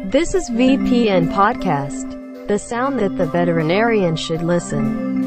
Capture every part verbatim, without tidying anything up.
This is วี พี เอ็น Podcast, the sound that the veterinarian should listen.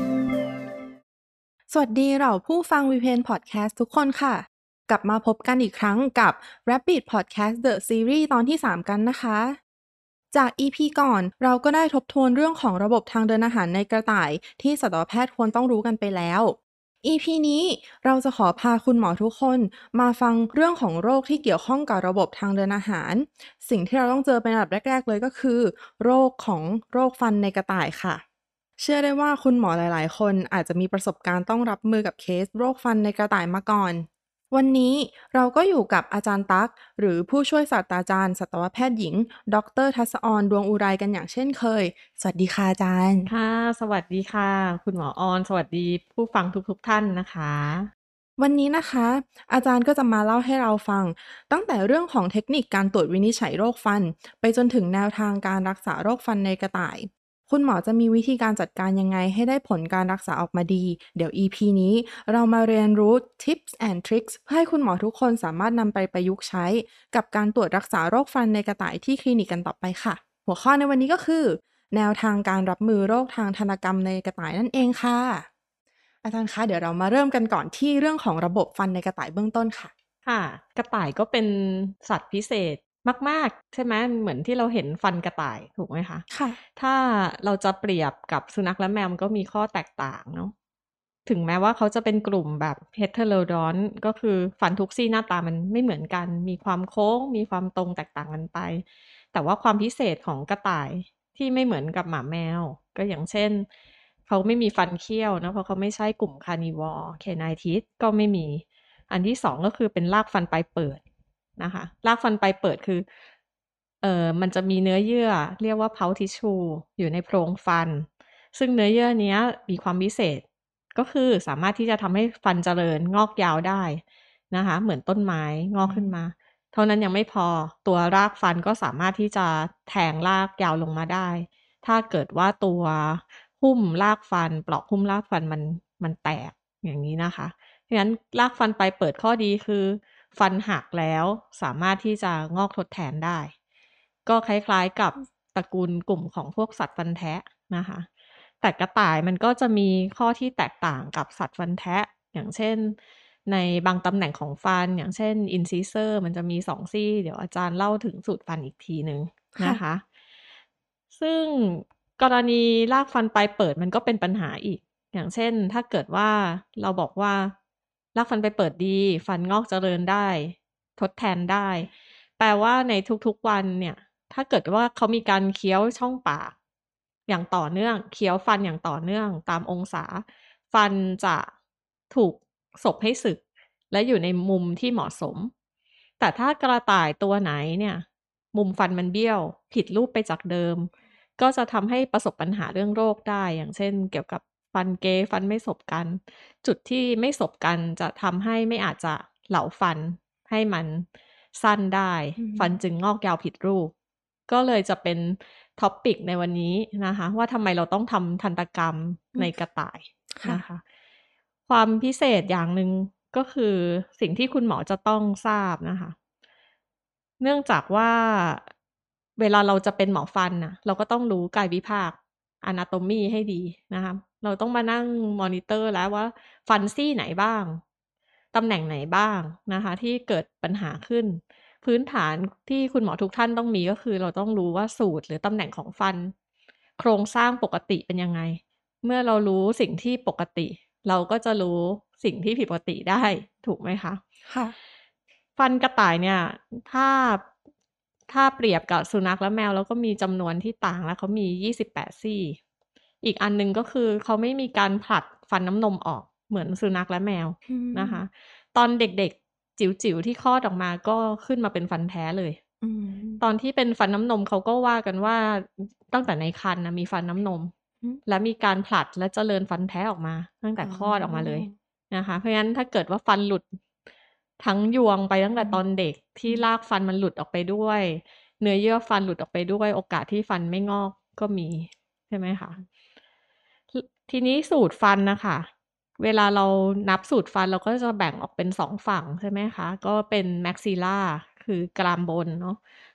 สวัสดีเราผู้ฟัง วี พี เอ็น Podcast ทุกคนค่ะกลับมาพบกันอีกครั้งกับ Rabbit Podcast The Series ตอนที่สามกันนะคะจาก อี พี ก่อนเราก็ได้ทบทวนเรื่องของระบบทางเดินอาหารในกระต่ายที่สัตวแพทย์ควรต้องรู้กันไปแล้ว อี พี นี้เราจะขอพาคุณหมอทุกคนมาฟังเรื่องของโรคที่เกี่ยวข้องกับระบบทางเดินอาหารสิ่งที่เราต้องเจอเป็นอันดับแรกๆเลยก็คือโรคของโรคฟันในกระต่ายค่ะเชื่อได้ว่าคุณหมอหลายๆคนอาจจะมีประสบการณ์ต้องรับมือกับเคสโรคฟันในกระต่ายมาก่อนวันนี้เราก็อยู่กับอาจารย์ตั๊กหรือผู้ช่วยศาสตราจารย์สัตวแพทย์หญิงดร.ทัศอรดวงอุไรกันอย่างเช่นเคยสวัสดีค่ะอาจารย์ค่ะสวัสดีค่ะคุณหมอออนสวัสดีผู้ฟังทุกๆท่านนะคะวันนี้นะคะอาจารย์ก็จะมาเล่าให้เราฟังตั้งแต่เรื่องของเทคนิคการตรวจวินิจฉัยโรคฟันไปจนถึงแนวทางการรักษาโรคฟันในกระต่ายคุณหมอจะมีวิธีการจัดการยังไงให้ได้ผลการรักษาออกมาดีเดี๋ยว อี พี นี้เรามาเรียนรู้ Tips and Tricks เพื่อให้คุณหมอทุกคนสามารถนำไปประยุกต์ใช้กับการตรวจรักษาโรคฟันในกระต่ายที่คลินิกกันต่อไปค่ะหัวข้อในวันนี้ก็คือแนวทางการรับมือโรคทางทันตกรรมในกระต่ายนั่นเองค่ะอาจารย์คะเดี๋ยวเรามาเริ่มกันก่อนที่เรื่องของระบบฟันในกระต่ายเบื้องต้นค่ะค่ะกระต่ายก็เป็นสัตว์พิเศษมากๆใช่ไหมเหมือนที่เราเห็นฟันกระต่ายถูกไหมคะค่ะถ้าเราจะเปรียบกับสุนัขและแมวมันก็มีข้อแตกต่างเนาะถึงแม้ว่าเขาจะเป็นกลุ่มแบบ heterodont ก็คือฟันทุกซี่หน้าตามันไม่เหมือนกันมีความโค้งมีความตรงแตกต่างกันไปแต่ว่าความพิเศษของกระต่ายที่ไม่เหมือนกับหมาแมวก็อย่างเช่นเขาไม่มีฟันเคี้ยวนะเพราะเขาไม่ใช่กลุ่ม carnivore canine teeth ก็ไม่มีอันที่สองก็คือเป็นรากฟันปลายเปิดนะคะรากฟันปลายเปิดคือเอ่อมันจะมีเนื้อเยื่อเรียกว่า pouch tissue อยู่ในโพรงฟันซึ่งเนื้อเยื่อเนี้ยมีความพิเศษก็คือสามารถที่จะทำให้ฟันเจริญงอกยาวได้นะคะเหมือนต้นไม้งอกขึ้นมาเท่านั้นยังไม่พอตัวรากฟันก็สามารถที่จะแทงรากยาวลงมาได้ถ้าเกิดว่าตัวหุ้มรากฟันปลอกหุ้มรากฟันมันมันแตกอย่างนี้นะคะเพราะฉะนั้นรากฟันปลายเปิดข้อดีคือฟันหักแล้วสามารถที่จะงอกทดแทนได้ก็คล้ายๆกับตระกูลกลุ่มของพวกสัตว์ฟันแทะนะคะแต่กระต่ายมันก็จะมีข้อที่แตกต่างกับสัตว์ฟันแทะอย่างเช่นในบางตำแหน่งของฟันอย่างเช่น incisor มันจะมีสองซี่เดี๋ยวอาจารย์เล่าถึงสูตรฟันอีกทีนึงนะคะซึ่งกรณีรากฟันปลายเปิดมันก็เป็นปัญหาอีกอย่างเช่นถ้าเกิดว่าเราบอกว่ารากฟันปลายเปิดดีฟันงอกเจริญได้ทดแทนได้แปลว่าในทุกๆวันเนี่ยถ้าเกิดว่าเขามีการเคี้ยวช่องปากอย่างต่อเนื่องเคี้ยวฟันอย่างต่อเนื่องตามองศาฟันจะถูกสบให้สึกและอยู่ในมุมที่เหมาะสมแต่ถ้ากระต่ายตัวไหนเนี่ยมุมฟันมันเบี้ยวผิดรูปไปจากเดิมก็จะทำให้ประสบปัญหาเรื่องโรคได้อย่างเช่นเกี่ยวกับฟันเกยฟันไม่สบกันจุดที่ไม่สบกันจะทำให้ไม่อาจจะเหลาฟันให้มันสั้นได้ฟันจึงงอกยาวผิดรูปก็เลยจะเป็นท็อปปิกในวันนี้นะคะว่าทำไมเราต้องทำทันตกรรมในกระต่ายนะคะความพิเศษอย่างหนึ่งก็คือสิ่งที่คุณหมอจะต้องทราบนะคะเนื่องจากว่าเวลาเราจะเป็นหมอฟันนะเราก็ต้องรู้กายวิภาค anatomy ให้ดีนะคะเราต้องมานั่งมอนิเตอร์แล้วว่าฟันซี่ไหนบ้างตำแหน่งไหนบ้างนะคะที่เกิดปัญหาขึ้นพื้นฐานที่คุณหมอทุกท่านต้องมีก็คือเราต้องรู้ว่าสูตรหรือตำแหน่งของฟันโครงสร้างปกติเป็นยังไงเมื่อเรารู้สิ่งที่ปกติเราก็จะรู้สิ่งที่ผิดปกติได้ถูกไหมคะค่ะฟันกระต่ายเนี่ยถ้าถ้าเปรียบกับสุนัขและแมวแล้วก็มีจำนวนที่ต่างแล้วเขามียี่สิบแปดซี่อีกอันนึงก็คือเขาไม่มีการผลัดฟันน้ำนมออกเหมือนสุนัขและแมวนะคะตอนเด็กๆจิ๋วๆที่คลอดออกมาก็ขึ้นมาเป็นฟันแท้เลยตอนที่เป็นฟันน้ำนมเขาก็ว่ากันว่าตั้งแต่ในครรภ์นะมีฟันน้ำนมและมีการผลัดและเจริญฟันแท้ออกมาตั้งแต่คลอดออกมาเลยนะคะเพราะฉะนั้นถ้าเกิดว่าฟันหลุดทั้งยวงไปตั้งแต่ตอนเด็กที่รากฟันมันหลุดออกไปด้วยเนื้อเยื่อฟันหลุดออกไปด้วยโอกาสที่ฟันไม่งอกก็มีใช่ไหมคะทีนี้สูตรฟันนะคะเวลาเรานับสูตรฟันเราก็จะแบ่งออกเป็นสองฝั่งใช่ไหมคะก็เป็นแม็กซิลล่าคือกรามบนเนาะ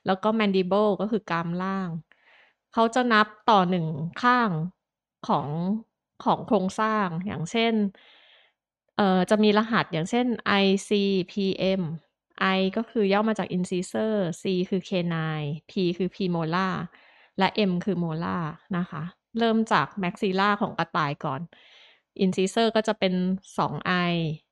แล้วก็ mandible ก็คือกรามล่างเขาจะนับต่อหนึ่งข้างของของโครงสร้างอย่างเช่นเอ่อจะมีรหัสอย่างเช่น ไอ ซี พี เอ็ม I ก็คือย่อมาจาก incisor C คือ canine P คือ premolar และ M คือ molar นะคะเริ่มจาก maxilla ของกระต่ายก่อน incisor ก็จะเป็นสอง I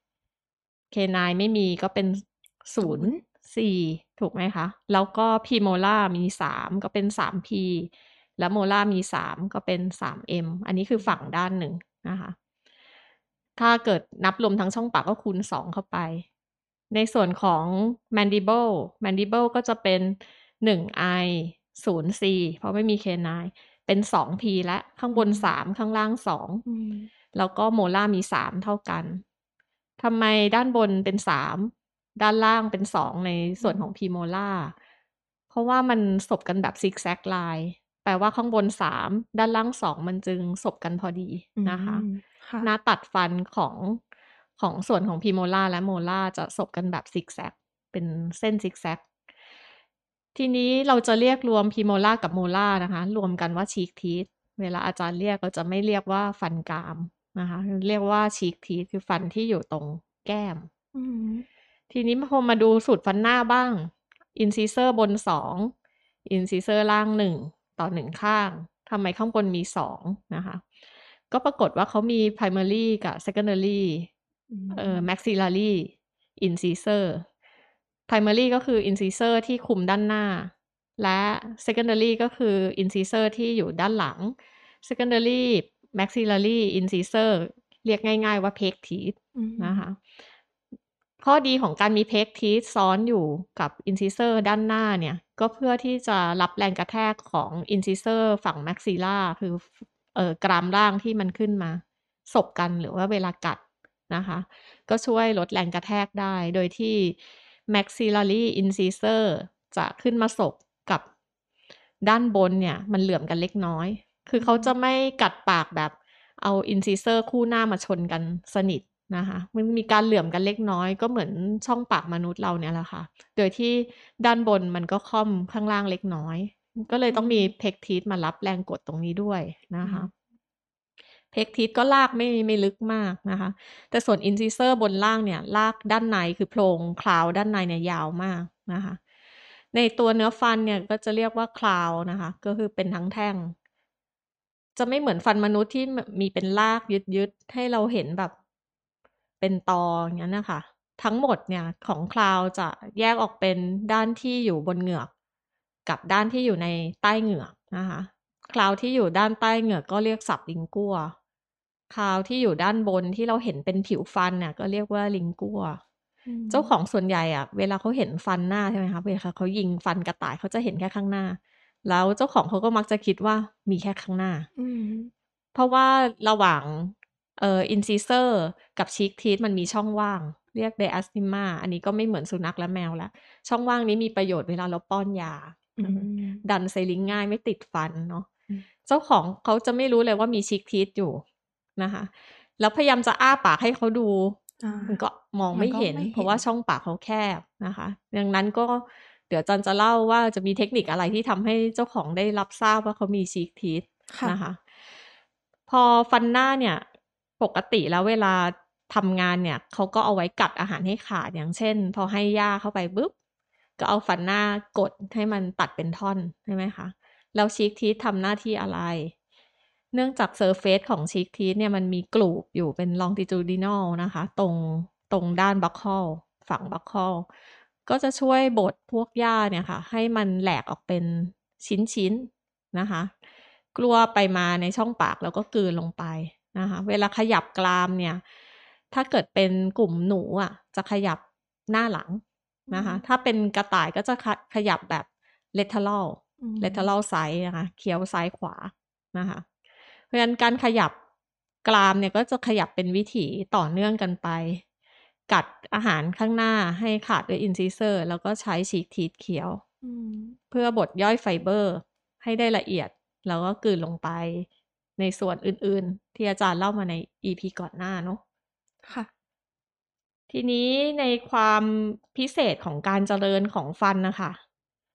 canine ไม่มีก็เป็นศูนย์ C ถูกไหมคะแล้วก็ premolar มีสามก็เป็นสาม P และ molar มีสามก็เป็นสาม M อันนี้คือฝั่งด้านหนึ่งนะคะถ้าเกิดนับรวมทั้งช่องปากก็คูณสองเข้าไปในส่วนของ mandible mandible ก็จะเป็นหนึ่ง I ศูนย์ C เพราะไม่มี canine เป็นสอง P และข้างบนสามข้างล่างสองแล้วก็ molar มีสามเท่ากันทำไมด้านบนเป็นสามด้านล่างเป็นสองในส่วนของ premolar เพราะว่ามันสบกันแบบ zigzag line แปลว่าข้างบนสามด้านล่างสองมันจึงสบกันพอดีนะคะหน้าตัดฟันของของส่วนของ premolar และ molar จะสบกันแบบ zigzag เป็นเส้น zigzag ทีนี้เราจะเรียกรวม premolar กับ molar นะคะรวมกันว่า cheek teeth เวลาอาจารย์เรียกเราจะไม่เรียกว่าฟันกรามนะคะเรียกว่า cheek teeth คือฟันที่อยู่ตรงแก้มทีนี้พอมาดูสูตรฟันหน้าบ้าง incisor บนสอง incisor ล่างหนึ่งต่อหนึ่งข้างทำไมข้างบนมีสองนะคะก็ปรากฏว่าเขามี primary กับ secondary เอ่อ maxillary incisor primary ก็คือ incisor ที่คุมด้านหน้าและ secondary ก็คือ incisor ที่อยู่ด้านหลัง secondary maxillary incisor เรียกง่ายๆว่า peg teeth นะคะข้อดีของการมี peg teeth ซ้อนอยู่กับ incisor ด้านหน้าเนี่ยก็เพื่อที่จะรับแรงกระแทกของ incisor ฝั่ง maxilla คือเอ่อกรามล่างที่มันขึ้นมาสบกันหรือว่าเวลากัดนะคะก็ช่วยลดแรงกระแทกได้โดยที่ maxillary incisor จะขึ้นมาสบกับด้านบนเนี่ยมันเหลื่อมกันเล็กน้อยคือเขาจะไม่กัดปากแบบเอา incisor คู่หน้ามาชนกันสนิทนะคะมันมีการเหลื่อมกันเล็กน้อยก็เหมือนช่องปากมนุษย์เราเนี่ยแหละค่ะโดยที่ด้านบนมันก็ค่อมข้างล่างเล็กน้อยก็เลยต้องมี peg teeth มารับแรงกดตรงนี้ด้วยนะคะเพกทีสก็ลากไม่ไม่ลึกมากนะคะแต่ส่วน incisor บนล่างเนี่ยลากด้านในคือโพรงคลาวด้านในเนี่ยยาวมากนะคะในตัวเนื้อฟันเนี่ยก็จะเรียกว่าคลาวนะคะก็คือเป็นทั้งแท่งจะไม่เหมือนฟันมนุษย์ที่มีเป็นรากยึดๆให้เราเห็นแบบเป็นตออย่างนั้นนะคะทั้งหมดเนี่ยของคลาวจะแยกออกเป็นด้านที่อยู่บนเหงือกกับด้านที่อยู่ในใต้เหงือกนะคะคลาวที่อยู่ด้านใต้เหงือกก็เรียกสับลิงกัวคลาวที่อยู่ด้านบนที่เราเห็นเป็นผิวฟันเนี่ยก็เรียกว่าลิงกัวเจ้าของส่วนใหญ่อะเวลาเขาเห็นฟันหน้าใช่ไหมคะเวลาเขายิงฟันกระต่ายเขาจะเห็นแค่ข้างหน้าแล้วเจ้าของเขาก็มักจะคิดว่ามีแค่ข้างหน้าเพราะว่าระหว่างเอ่อ incisor กับ cheek teeth มันมีช่องว่างเรียก diastema อันนี้ก็ไม่เหมือนสุนัขและแมวแล้วช่องว่างนี้มีประโยชน์เวลาเราป้อนยาดันไซลิงง่ายไม่ติดฟันเนาะเจ้าของเขาจะไม่รู้เลยว่ามี cheek teeth อยู่นะคะแล้วพยายามจะอ้าปากให้เขาดูมันก็มองไม่เห็นเพราะว่าช่องปากเขาแคบนะคะดังนั้นก็เดี๋ยวจันจะเล่าว่าจะมีเทคนิคอะไรที่ทำให้เจ้าของได้รับทราบว่าเขามี cheek teeth นะคะพอฟันหน้าเนี่ยปกติแล้วเวลาทำงานเนี่ยเขาก็เอาไว้กัดอาหารให้ขาดอย่างเช่นพอให้หญ้าเข้าไปปุ๊บก็เอาฟันหน้ากดให้มันตัดเป็นท่อนใช่ไหมคะแล้วชีคทีททำหน้าที่อะไรเนื่องจากเซอร์เฟซของชีคทีเนี่ยมันมีกลูบอยู่เป็น longitudinal นะคะตรงตรงด้านบัคเคิลฝั่งบัคเคิลก็จะช่วยบดพวกหญ้าเนี่ยค่ะให้มันแหลกออกเป็นชิ้นๆนะคะกลัวไปมาในช่องปากแล้วก็กลืนลงไปนะคะเวลาขยับกรามเนี่ยถ้าเกิดเป็นกลุ่มหนูอ่ะจะขยับหน้าหลังนะคะถ้าเป็นกระต่ายก็จะขยับแบบ lateral lateral side นะคะเคี้ยวซ้ายขวานะคะเพราะฉะนั้นการขยับกรามเนี่ยก็จะขยับเป็นวิถีต่อเนื่องกันไปกัดอาหารข้างหน้าให้ขาดด้วย incisor แล้วก็ใช้ชีคทีทเคี้ยวเพื่อบดย่อยไฟเบอร์ให้ได้ละเอียดแล้วก็กลืนลงไปในส่วนอื่นๆที่อาจารย์เล่ามาใน อี พี ก่อนหน้าเนาะค่ะทีนี้ในความพิเศษของการเจริญของฟันนะคะ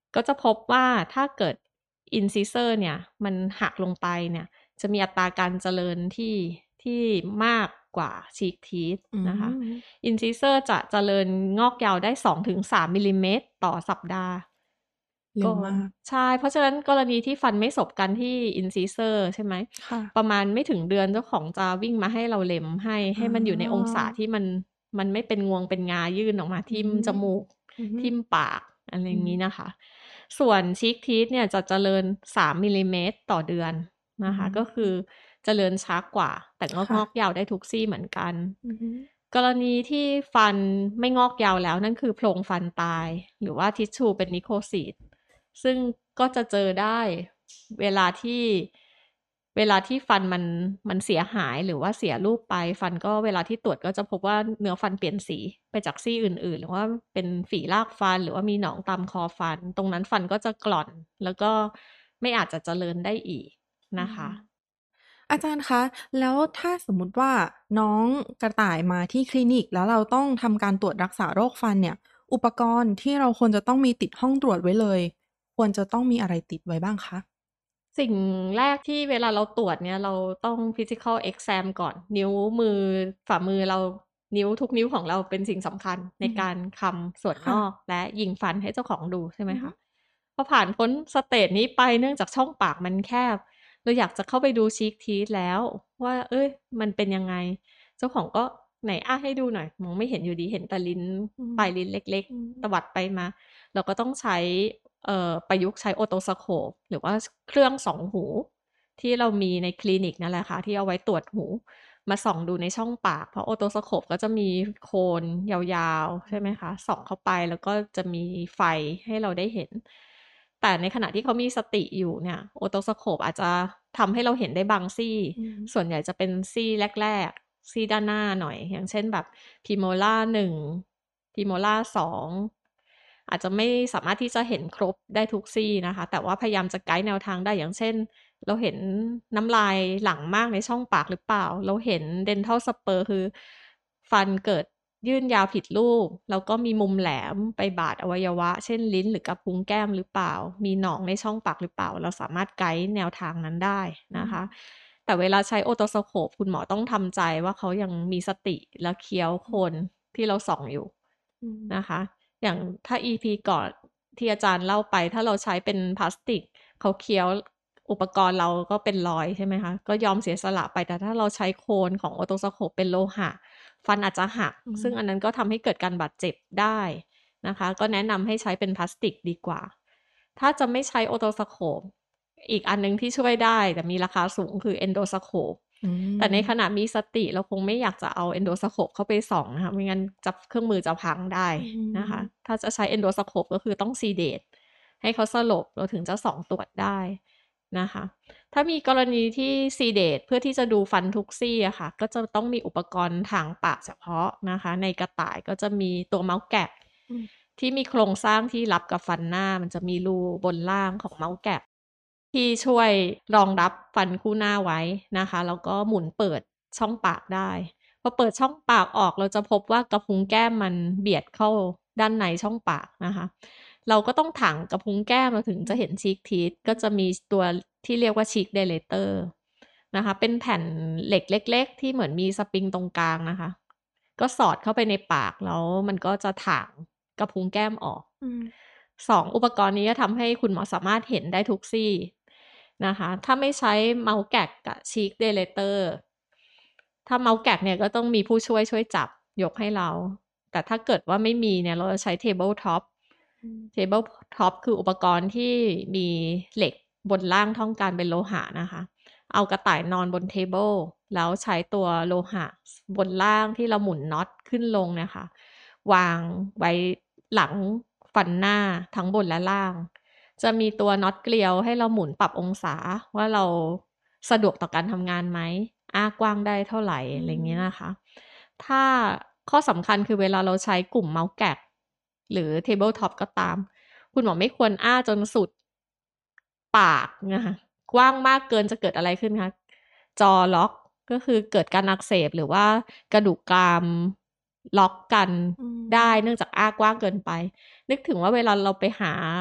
ก็จะพบว่าถ้าเกิด incisor เนี่ยมันหักลงไปเนี่ยจะมีอัตราการเจริญที่ที่มากกว่า cheek teeth อืนะคะม incisor จะเจริญงอกยาวได้ สองถึงสาม มิลลิเมตรต่อสัปดาห์เร็ก็วมากใช่ เพราะฉะนั้นกรณีที่ฟันไม่สบกันที่ incisor ใช่ไหมค่ะประมาณไม่ถึงเดือนเจ้าของจะวิ่งมาให้เราเล็มให้อ๋ให้มันอยู่ในองศาอที่มัน มันไม่เป็นงวงเป็นงายื่นออกมาอืทิ่มจมูกอือฮึทิ่มปาก อะไรออืย่างงี้มนะคะ ส่วน cheek teeth เนี่ยจะเจริญ สาม มิลลิเมตรต่อเดือนอืนะคะ ก็คืมอเจริญช้ากว่า แต่ก็ค่งะอกยาวได้ทุกซี่เหมือนกันอือฮึกรณีที่ฟันไม่งอกยาวแล้ว นั่นคือโพรงฟันตาย หรือว่า tissue เป็น necrosis ซึ่งก็จะเจอได้เวลาที่ เวลาที่ฟันมัน มันเสียหาย หรือว่าเสียรูปไป ฟันก็เวลาที่ตรวจก็จะพบว่าเนื้อฟันเปลี่ยนสีไปจากซี่อื่น ๆ หรือว่าเป็นฝีรากฟัน หรือว่ามีหนองตามคอฟัน ตรงนั้นฟันก็จะกร่อน แล้วก็ไม่อาจจะเจริญได้อีกอืนะคะอาจารย์คะ แล้วถ้าสมมุติว่าน้องกระต่ายมาที่คลินิก แล้วเราต้องทำการตรวจรักษาโรคฟันเนี่ย อุปกรณ์ที่เราควรจะต้องมีติดห้องตรวจไว้เลย ควรจะต้องมีอะไรติดไว้บ้างคะ? สิ่งแรกที่เวลาเราตรวจเนี่ย เราต้อง physical exam ก่อน นิ้วมือ ฝ่ามือเรา นิ้วทุกนิ้วของเราเป็นสิ่งสำคัญในอืมการคำส่วนคน่ะอกและยิงฟันให้เจ้าของดู ใช่ไหมอือฮคึะ พอผ่านพ้นสเตจนี้ไป เนื่องจากช่องปากมันแคบ เราอยากจะเข้าไปดู cheek teeth แล้วว่า เอ๊ย มันเป็นยังไง เจ้าของก็ ไหนอะให้ดูหน่อย มองไม่เห็นอยู่ดี เห็นแต่ลิ้นอืมปลายลิ้นเล็กอืๆ ตมวัดไปมา เราก็ต้องใช้ เอ่อ ประยุกต์ใช้ otoscope หรือว่า ส เครื่องส่องหู ที่เรามีในคลินิกนั่นแหละค่ะ ที่เอาไว้ตรวจหู มาส่องดูในช่องปาก เพราะ otoscope ก็จะมีโคนยาว ๆ ใช่ไหมคะ ส่องเข้าไปแล้วก็จะมีไฟให้เราได้เห็น แต่ในขณะที่เขามีสติอยู่เนี่ย otoscope อาจจะทำให้เราเห็นได้บางซี่อือฮึส่วนใหญ่จะเป็นซี่แรก ๆ ซี่ด้านหน้าหน่อย อย่างเช่นแบบ premolar หนึ่ง premolar สอง อาจจะไม่สามารถที่จะเห็นครบได้ทุกซี่นะคะ แต่ว่าพยายามจะไกด์แนวทางได้ อย่างเช่น เราเห็นน้ำลายหลั่งมากในช่องปากหรือเปล่า เราเห็น dental spur คือฟันเกิดยื่นยาวผิดรูป แล้วก็มีมุมแหลมไปบาดอวัยวะ เช่น ลิ้นหรือกระพุ้งแก้มหรือเปล่า มีหนองในช่องปากหรือเปล่า เราสามารถไกด์แนวทางนั้นได้อืนะคะมแต่เวลาใช้ otoscope คุณหมอต้องทำใจว่าเขายังมีสติและเคี้ยวโคนที่เราส่องอยู่อืมนะคะ อย่างถ้า อี พี ก่อนที่อาจารย์เล่าไป ถ้าเราใช้เป็นพลาสติก เขาเคี้ยว อุปกรณ์เราก็เป็นรอย ใช่ไหมคะ ก็ยอมเสียสละไป แต่ถ้าเราใช้โคนของ otoscope เป็นโลหะ ฟันอาจจะหักอืซึ่งมอันนั้นก็ทำให้เกิดการบาดเจ็บได้นะคะ ก็แนะนำให้ใช้เป็นพลาสติกดีกว่า ถ้าจะไม่ใช้ otoscope อีกอันหนึ่งที่ช่วยได้แต่มีราคาสูง คือ endoscope อืแต่ในขมณะมีสติเราคงไม่อยากจะเอา endoscope เข้าไปส่องนะคะ ไม่งั้นจะ เครื่องมือจะพังได้อืนะคะมถ้าจะใช้ endoscope ก็คือต้อง sedate ให้เขาสลบ เราถึงจะส่องตรวจได้นะคะ ถ้ามีกรณีที่ sedate เพื่อที่จะดูฟันทุกซี่อะค่ะ ก็จะต้องมีอุปกรณ์ถางปากเฉพาะนะคะ ในกระต่ายก็จะมีตัว mouth gap อืมที่มีโครงสร้างที่รับกับฟันหน้า มันจะมีรูบนล่างของ mouth gap ที่ช่วยรองรับฟันคู่หน้าไว้นะคะ แล้วก็หมุนเปิดช่องปากได้ พอเปิดช่องปากออกเราจะพบว่ากระพุ้งแก้มมันเบียดเข้าด้านในช่องปากนะคะ เราก็ต้องถางกระพุ้งแก้มเราถึงจะเห็น cheek teeth ก็จะมีตัวที่เรียกว่า cheek dilator นะคะ เป็นแผ่นเหล็กเล็ก ๆ ที่เหมือนมีสปริงตรงกลางนะคะ ก็สอดเข้าไปในปาก แล้วมันก็จะถางกระพุ้งแก้มออกอืมสอง อุปกรณ์นี้จะทำให้คุณหมอสามารถเห็นได้ทุกซี่นะคะ ถ้าไม่ใช้ mouth gap กับ cheek dilator ถ้า mouth gap เนี่ยก็ต้องมีผู้ช่วยช่วยจับยกให้เรา แต่ถ้าเกิดว่าไม่มีเนี่ย เราจะใช้ table top อืม table top คืออุปกรณ์ที่มีเหล็กบนล่างท่องการเป็นโลหะนะคะ เอากระต่ายนอนบนเทเบิล แล้วใช้ตัวโลหะ ส บนล่างที่เราหมุนน็อตขึ้นลงเนี่ยค่ะ วางไว้หลังฟันหน้าทั้งบนและล่าง จะมีตัวน็อตเกลียวให้เราหมุนปรับองศาว่าเราสะดวกต่อการทำงานไหม อ้ากว้างได้เท่าไรอือะไรอย่างงี้มนะคะ ถ้าข้อสำคัญคือเวลาเราใช้กลุ่ม mouth gap หรือ table top ก็ตาม คุณหมอไม่ควรอ้าจนสุดปากนะคะ กว้างมากเกินจะเกิดอะไรขึ้นคะ jaw lock ก็คือเกิดการอักเสบ หรือว่ากระดูกกรามล็อกกันอืได้มเนื่องจากอ้ากว้างเกินไป นึกถึงว่าเวลาเราไปหา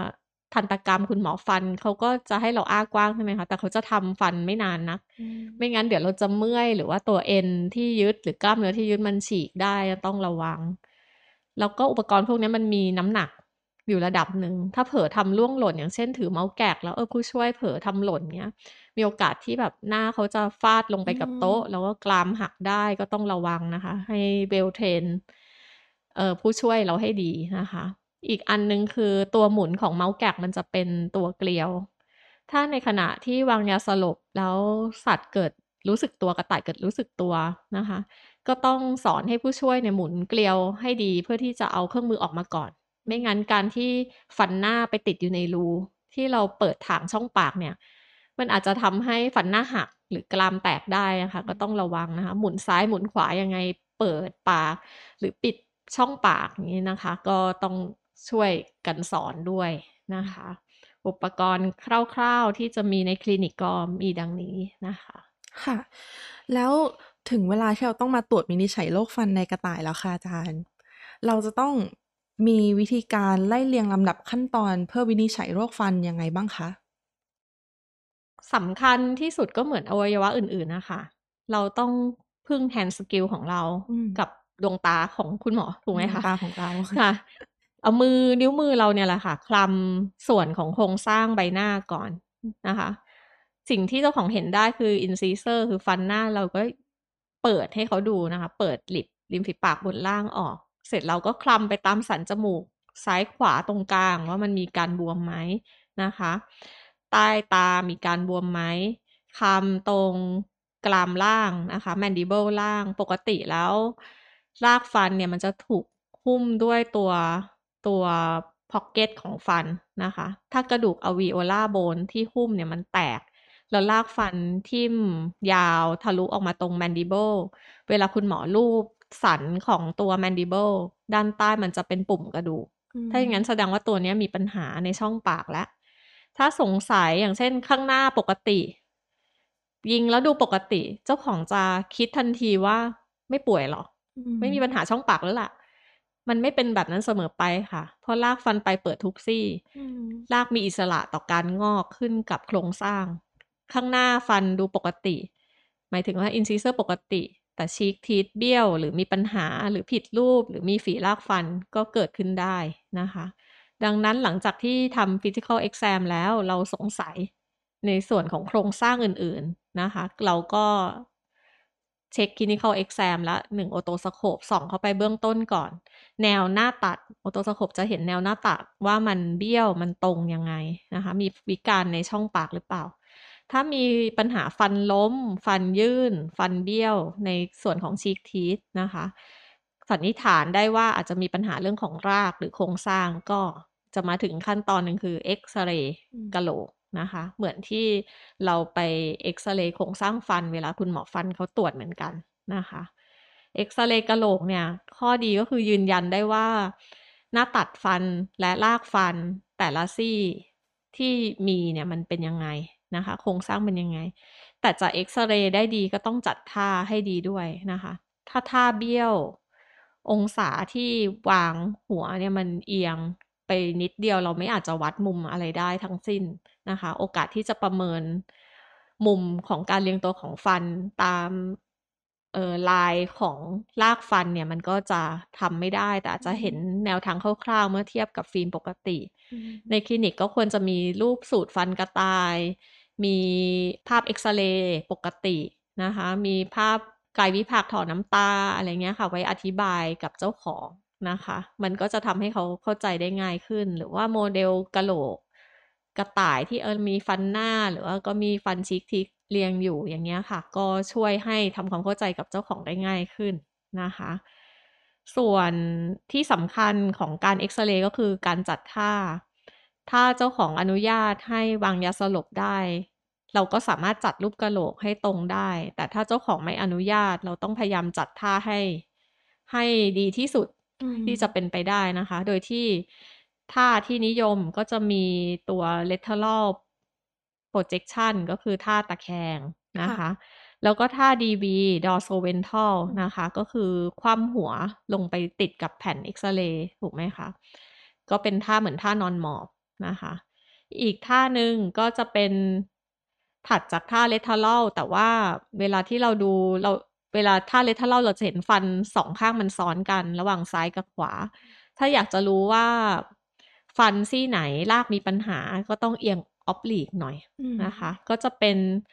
ทันตกรรมคุณหมอฟันเขาก็จะให้เราอ้ากว้างใช่ไหมคะแต่เขาจะทำฟันไม่นานนักอืมไม่งั้นเดี๋ยวเราจะเมื่อยหรือว่าตัวเอ็นที่ยึดหรือกล้ามเนื้อที่ยึดมันฉีกได้ต้องระวัง แล้วก็อุปกรณ์พวกนี้มันมีน้ำหนักอยู่ระดับหนึ่งถ้าเผลอทำล่วงหล่นอย่างเช่นถือเมาส์แกกแล้วเออผู้ช่วยเผลอทำหล่นเงี้ยมีโอกาสที่แบบหน้าเขาจะฟาดลงไปกับโต๊ะ แล้วก็กรามหักได้ก็ต้องระวังนะคะให้เวลเทรนเอ่อผู้ช่วยเราให้ดีนะคะอีกอันนึงคือตัวหมุนของเมาส์แกกมันจะเป็นตัวเกลียว ถ้าในขณะที่วางยาสลบแล้วสัตว์เกิดรู้สึกตัวกระต่ายเกิดรู้สึกตัวนะคะก็ต้องสอนให้ผู้ช่วยเนี่ยหมุนเกลียวให้ดีเพื่อที่จะเอาเครื่องมือออกมาก่อนไม่งั้นการที่ฟันหน้าไปติดอยู่ในรูที่เราเปิดถางช่องปากเนี่ยมันอาจจะทำให้ฟันหน้าหักหรือกรามแตกได้นะคะก็ต้องระวังนะคะหมุนซ้ายหมุนขวายังไงเปิดปากหรือปิดช่องปากอย่างนี้นะคะก็ต้องช่วยกันสอนด้วยนะคะอุปกรณ์คร่าวๆที่จะมีในคลินิกก็มีดังนี้นะคะค่ะ แล้วถึงเวลาที่เราต้องมาตรวจวินิจฉัยโรคฟันในกระต่ายแล้วค่ะอาจารย์ เราจะต้องมีวิธีการไล่เรียงลำดับขั้นตอนเพื่อวินิจฉัยโรคฟันยังไงบ้างคะสำคัญที่สุดก็เหมือนอวัยวะอื่นๆนะคะเราต้องพึ่ง hand skill ของเรากับดวงตาของคุณหมอถูกไหมคะตาของเราค่ะเอามือนิ้วมือเราเนี่ยแหละค่ะคลำส่วนของโครงสร้างใบหน้าก่อนนะคะสิ่งที่เจ้าของเห็นได้คือ incisor คือฟันหน้าเราก็เปิดให้เขาดูนะคะเปิดลิปริมฝีปากบนล่างออกเสร็จเราก็คลำไปตามสันจมูกซ้ายขวาตรงกลางว่ามันมีการบวมไหมนะคะใต้ตามีการบวมไหมคลำตรงกรามล่างนะคะ mandible ล่างปกติแล้วรากฟันเนี่ยมันจะถูกหุ้มด้วยตัวตัวพ็อกเก็ตของฟันนะคะถ้ากระดูก alveolar bone ที่หุ้มเนี่ยมันแตกแล้วรากฟันทิ่มยาวทะลุออกมาตรง mandible เวลาคุณหมอลูบสันของตัว mandible ด้านใต้มันจะเป็นปุ่มกระดูกถ้าอย่างนั้นแสดงว่าตัวนี้มีปัญหาในช่องปากแล้วถ้าสงสัยอย่างเช่นข้างหน้าปกติยิงแล้วดูปกติเจ้าของจะคิดทันทีว่าไม่ป่วยหรอไม่มีปัญหาช่องปากแล้วล่ะมันไม่เป็นแบบนั้นเสมอไปค่ะเพราะรากฟันไปเปิดทุกซี่รากมีอิสระต่อการงอกขึ้นกับโครงสร้างข้างหน้าฟันดูปกติหมายถึงว่าอินซิเซอร์ปกติแต่ชีกทีทเบี้ยวหรือมีปัญหาหรือผิดรูปหรือมีฝีรากฟันก็เกิดขึ้นได้นะคะดังนั้นหลังจากที่ทำ physical exam แล้วเราสงสัยในส่วนของโครงสร้างอื่นๆนะคะเราก็เช็ค clinical exam ละหนึ่ง otoscope ส่องเข้าไปเบื้องต้นก่อนแนวหน้าตัด otoscope จะเห็นแนวหน้าตัดว่ามันเบี้ยวมันตรงยังไงนะคะมีวิการในช่องปากหรือเปล่าถ้ามีปัญหาฟันล้มฟันยื่นฟันเบี้ยวในส่วนของชีกทีทนะคะสันนิษฐานได้ว่าอาจจะมีปัญหาเรื่องของรากหรือโครงสร้างก็จะมาถึงขั้นตอนหนึ่งคือเอ็กซเรย์กะโหลกนะคะเหมือนที่เราไปเอ็กซเรย์โครงสร้างฟันเวลาคุณหมอฟันเขาตรวจเหมือนกันนะคะเอ็กซเรย์กะโหลกเนี่ยข้อดีก็คือยืนยันได้ว่าหน้าตัดฟันและรากฟันแต่ละซี่ที่มีเนี่ยมันเป็นยังไงนะคะโครงสร้างเป็นยังไงแต่จะเอ็กซเรย์ได้ดีก็ต้องจัดท่าให้ดีด้วยนะคะถ้าท่าเบี้ยวองศาที่วางหัวเนี่ยมันเอียงไปนิดเดียวเราไม่อาจจะวัดมุมอะไรได้ทั้งสิ้นนะคะโอกาสที่จะประเมินมุมของการเรียงตัวของฟันตามเอ่อลายของรากฟันเนี่ยมันก็จะทำไม่ได้แต่อาจจะเห็นแนวทางคร่าวๆเมื่อเทียบกับฟิล์มปกติในคลินิกก็ควรจะมีรูปสูตรฟันกระต่ายมีภาพเอ็กซเรย์ปกตินะคะมีภาพกายวิภาคถอน้ำตาอะไรเงี้ยค่ะไว้อธิบายกับเจ้าของนะคะมันก็จะทำให้เขาเข้าใจได้ง่ายขึ้นหรือว่าโมเดลกะโหลกกระต่ายที่เออมีฟันหน้าหรือว่าก็มีฟันชีกทิกเรียงอยู่อย่างเงี้ยค่ะก็ช่วยให้ทำความเข้าใจกับเจ้าของได้ง่ายขึ้นนะคะส่วนที่สำคัญของการเอ็กซเรย์ก็คือการจัดท่าถ้าเจ้าของอนุญาตให้วางยาสลบได้เราก็สามารถจัดรูปกะโหลกให้ตรงได้แต่ถ้าเจ้าของไม่อนุญาตเราต้องพยายามจัดท่าให้ให้ดีที่สุดที่จะเป็นไปได้นะคะโดยที่ท่าที่นิยมก็จะมีตัว lateral projection ก็คือท่าตะแคงนะคะแล้วก็ท่า ดี วี dorsoventral นะคะก็คือคว่ำหัวลงไปติดกับแผ่นเอ็กซเรย์ถูกไหมคะก็เป็นท่าเหมือนท่านอนหมอบนะคะอีกท่าหนึ่งก็จะเป็นถัดจากท่า lateral แต่ว่าเวลาที่เราดูเราเวลาท่า lateral เราจะเห็นฟันสองข้างมันซ้อนกันระหว่างซ้ายกับขวาถ้าอยากจะรู้ว่าฟันซี่ไหนรากมีปัญหาก็ต้องเอียง oblique หน่อยนะคะก็จะเป็น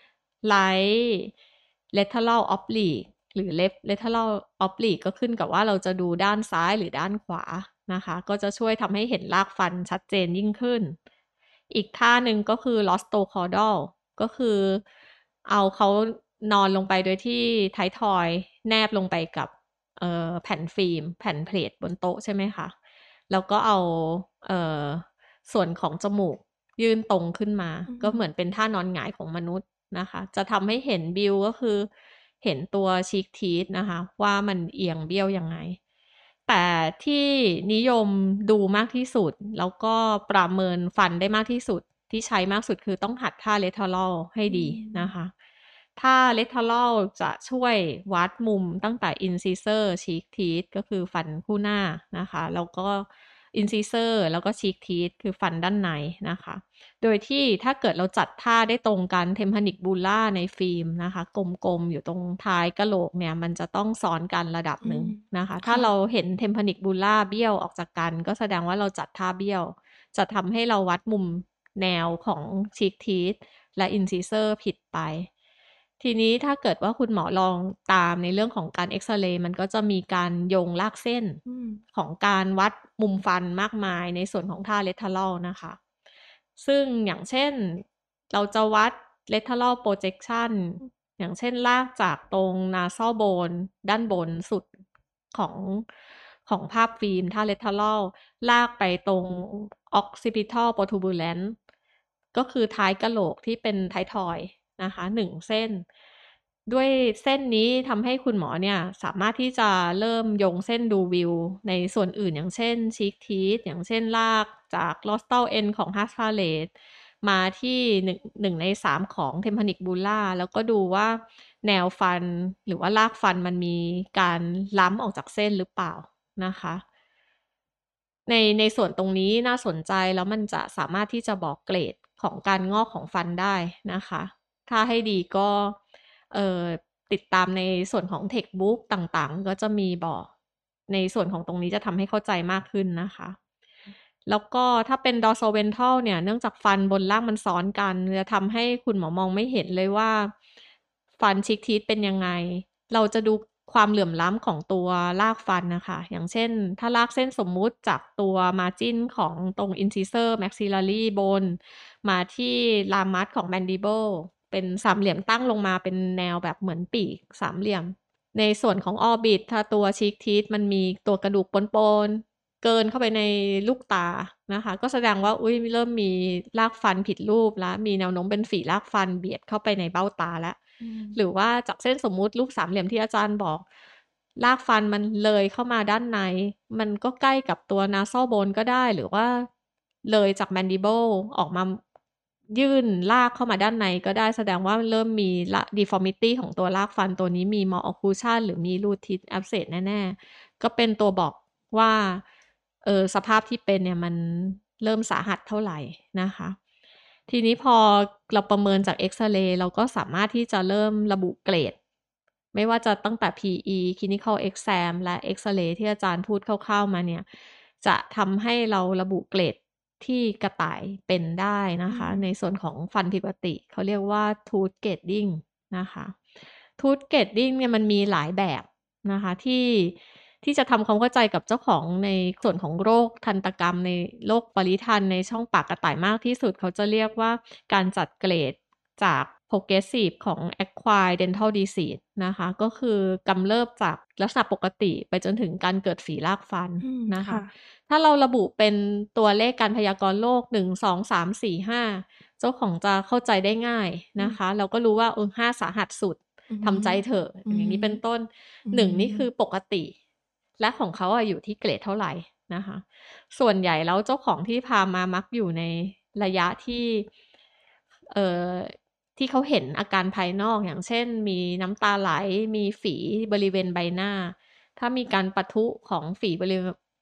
right lateral oblique หรือ left lateral oblique ก็ขึ้นกับว่าเราจะดูด้านซ้ายหรือด้านขวานะคะก็จะช่วยทำให้เห็นรากฟันชัดเจนยิ่งขึ้นอีกท่าหนึ่งก็คือ rostocordal ก็คือเอาเขานอนลงไปโดยที่ท้ายทอยแนบลงไปกับเอ่อแผ่นฟิล์มแผ่นเพลทบนโต๊ะใช่ไหมคะแล้วก็เอาเอ่อส่วนของจมูกยื่นตรงขึ้นมาก็เหมือนเป็นท่านอนหงายของมนุษย์นะคะจะทำให้เห็นบิวก็คือเห็นตัวชีคทีธนะคะว่ามันเอียงเบี้ยวยังไงแต่ที่นิยมดูมากที่สุดแล้วก็ประเมินฟันได้มากที่สุดที่ใช้มากสุดคือต้องหัดท่า lateral ให้ดีนะคะท่า lateral จะช่วยวัดมุมตั้งแต่ incisor cheek teeth ก็คือฟันคู่หน้านะคะแล้วก็ incisor แล้วก็ cheek teeth คือฟันด้านในนะคะโดยที่ถ้าเกิดเราจัดท่าได้ตรงกัน tympanic bulla ในฟิล์มนะคะกลมๆอยู่ตรงท้ายกะโหลกเนี่ยมันจะต้องซ้อนกันระดับหนึ่งนะคะถ้าเราเห็น tympanic bulla เบี้ยวออกจากกันก็แสดงว่าเราจัดท่าเบี้ยวจะทำให้เราวัดมุมแนวของ cheek teeth และ incisor ผิดไปทีนี้ถ้าเกิดว่าคุณหมอลองตามในเรื่องของการเอ็กซเรย์มันก็จะมีการโยงลากเส้นของการวัดมุมฟันมากมายในส่วนของท่า lateral นะคะซึ่งอย่างเช่นเราจะวัด lateral projection อย่างเช่นลากจากตรง nasal bone ด้านบนสุดของของภาพฟิล์มท่า lateral ลากไปตรง occipital protuberance ก็คือท้ายกะโหลกที่เป็นท้ายทอยนะคะหนึ่งเส้นด้วยเส้นนี้ทำให้คุณหมอเนี่ยสามารถที่จะเริ่มโยงเส้นดูวิวในส่วนอื่นอย่างเช่น cheek teeth อย่างเช่นลากจาก rostal end ของ Heart palate มาที่หนึ่งหนึ่งในสามของ tympanic bulla แล้วก็ดูว่าแนวฟันหรือว่ารากฟันมันมีการล้ำออกจากเส้นหรือเปล่านะคะในในส่วนตรงนี้น่าสนใจแล้วมันจะสามารถที่จะบอกเกรดของการงอกของฟันได้นะคะถ้าให้ดีก็เอ่อติดตามในส่วนของ textbook ต่างๆก็จะมีบอกในส่วนของตรงนี้จะทำให้เข้าใจมากขึ้นนะคะแล้วก็ถ้าเป็น dorsal-ventral เนี่ยเนื่องจากฟันบนล่างมันซ้อนกันจะทำให้คุณหมอมองไม่เห็นเลยว่าฟัน cheek teeth เป็นยังไงเราจะดูความเหลื่อมล้ำของตัวรากฟันนะคะอย่างเช่นถ้ารากเส้นสมมุติจากตัว margin ของตรง incisor maxillary bone มาที่ ramus ของ mandible เป็นสามเหลี่ยมตั้งลงมาเป็นแนวแบบเหมือนปีกสามเหลี่ยมในส่วนของ orbit ถ้าตัว cheek teeth มันมีตัวกระดูกปนๆเกินเข้าไปในลูกตานะคะก็แสดงว่าอุ๊ยเริ่มมีรากฟันผิดรูปแล้วมีแนวโน้มเป็นฝีรากฟันเบียดเข้าไปในเบ้าตาแล้วหรือว่าจากเส้นสมมุติรูปสามเหลี่ยมที่อาจารย์บอกรากฟันมันเลยเข้ามาด้านในมันก็ใกล้กับตัว nasal bone ก็ได้หรือว่าเลยจาก mandible ออกมายื่นลากเข้ามาด้านในก็ได้แสดงว่าเริ่มมี deformity ของตัวรากฟันตัวนี้มี malocclusion หรือมี root teeth abscess แน่ๆก็เป็นตัวบอกว่าเออสภาพที่เป็นเนี่ยมันเริ่มสาหัสเท่าไหร่นะคะทีนี้พอเราประเมินจากเอ็กซเรย์เราก็สามารถที่จะเริ่มระบุเกรดไม่ว่าจะตั้งแต่ พี อี clinical exam และเอ็กซเรย์ที่อาจารย์พูดคร่าวๆมาเนี่ยจะทำให้เราระบุเกรดที่กระต่ายเป็นได้นะคะในส่วนของฟันผิดปกติเขาเรียกว่า tooth grading นะคะ tooth grading เนี่ยมันมีหลายแบบนะคะที่ที่จะทำความเข้าใจกับเจ้าของในส่วนของโรคทันตกรรมในโรคปริทันในช่องปากกระต่ายมากที่สุดเขาจะเรียกว่าการจัดเกรดจาก progressive ของ acquired dental disease นะคะก็คือกำเริบจากลักษณะปกติไปจนถึงการเกิดฝีรากฟันนะคะถ้าเราระบุเป็นตัวเลขการพยากรณ์โรคหนึ่ง สอง สาม สี่ ห้าเจ้าของจะเข้าใจได้ง่ายนะคะเราก็รู้ว่าเออห้าสาหัสสุดทำใจเถอะอย่างนี้เป็นต้นหนึ่งนี่คือปกติและของเขาอะอยู่ที่เกรดเท่าไหร่นะคะส่วนใหญ่แล้วเจ้าของที่พามามักอยู่ในระยะที่เอ่อที่เขาเห็นอาการภายนอกอย่างเช่นมีน้ำตาไหลมีฝีบริเวณใบหน้าถ้ามีการปะทุของฝีบริเวณ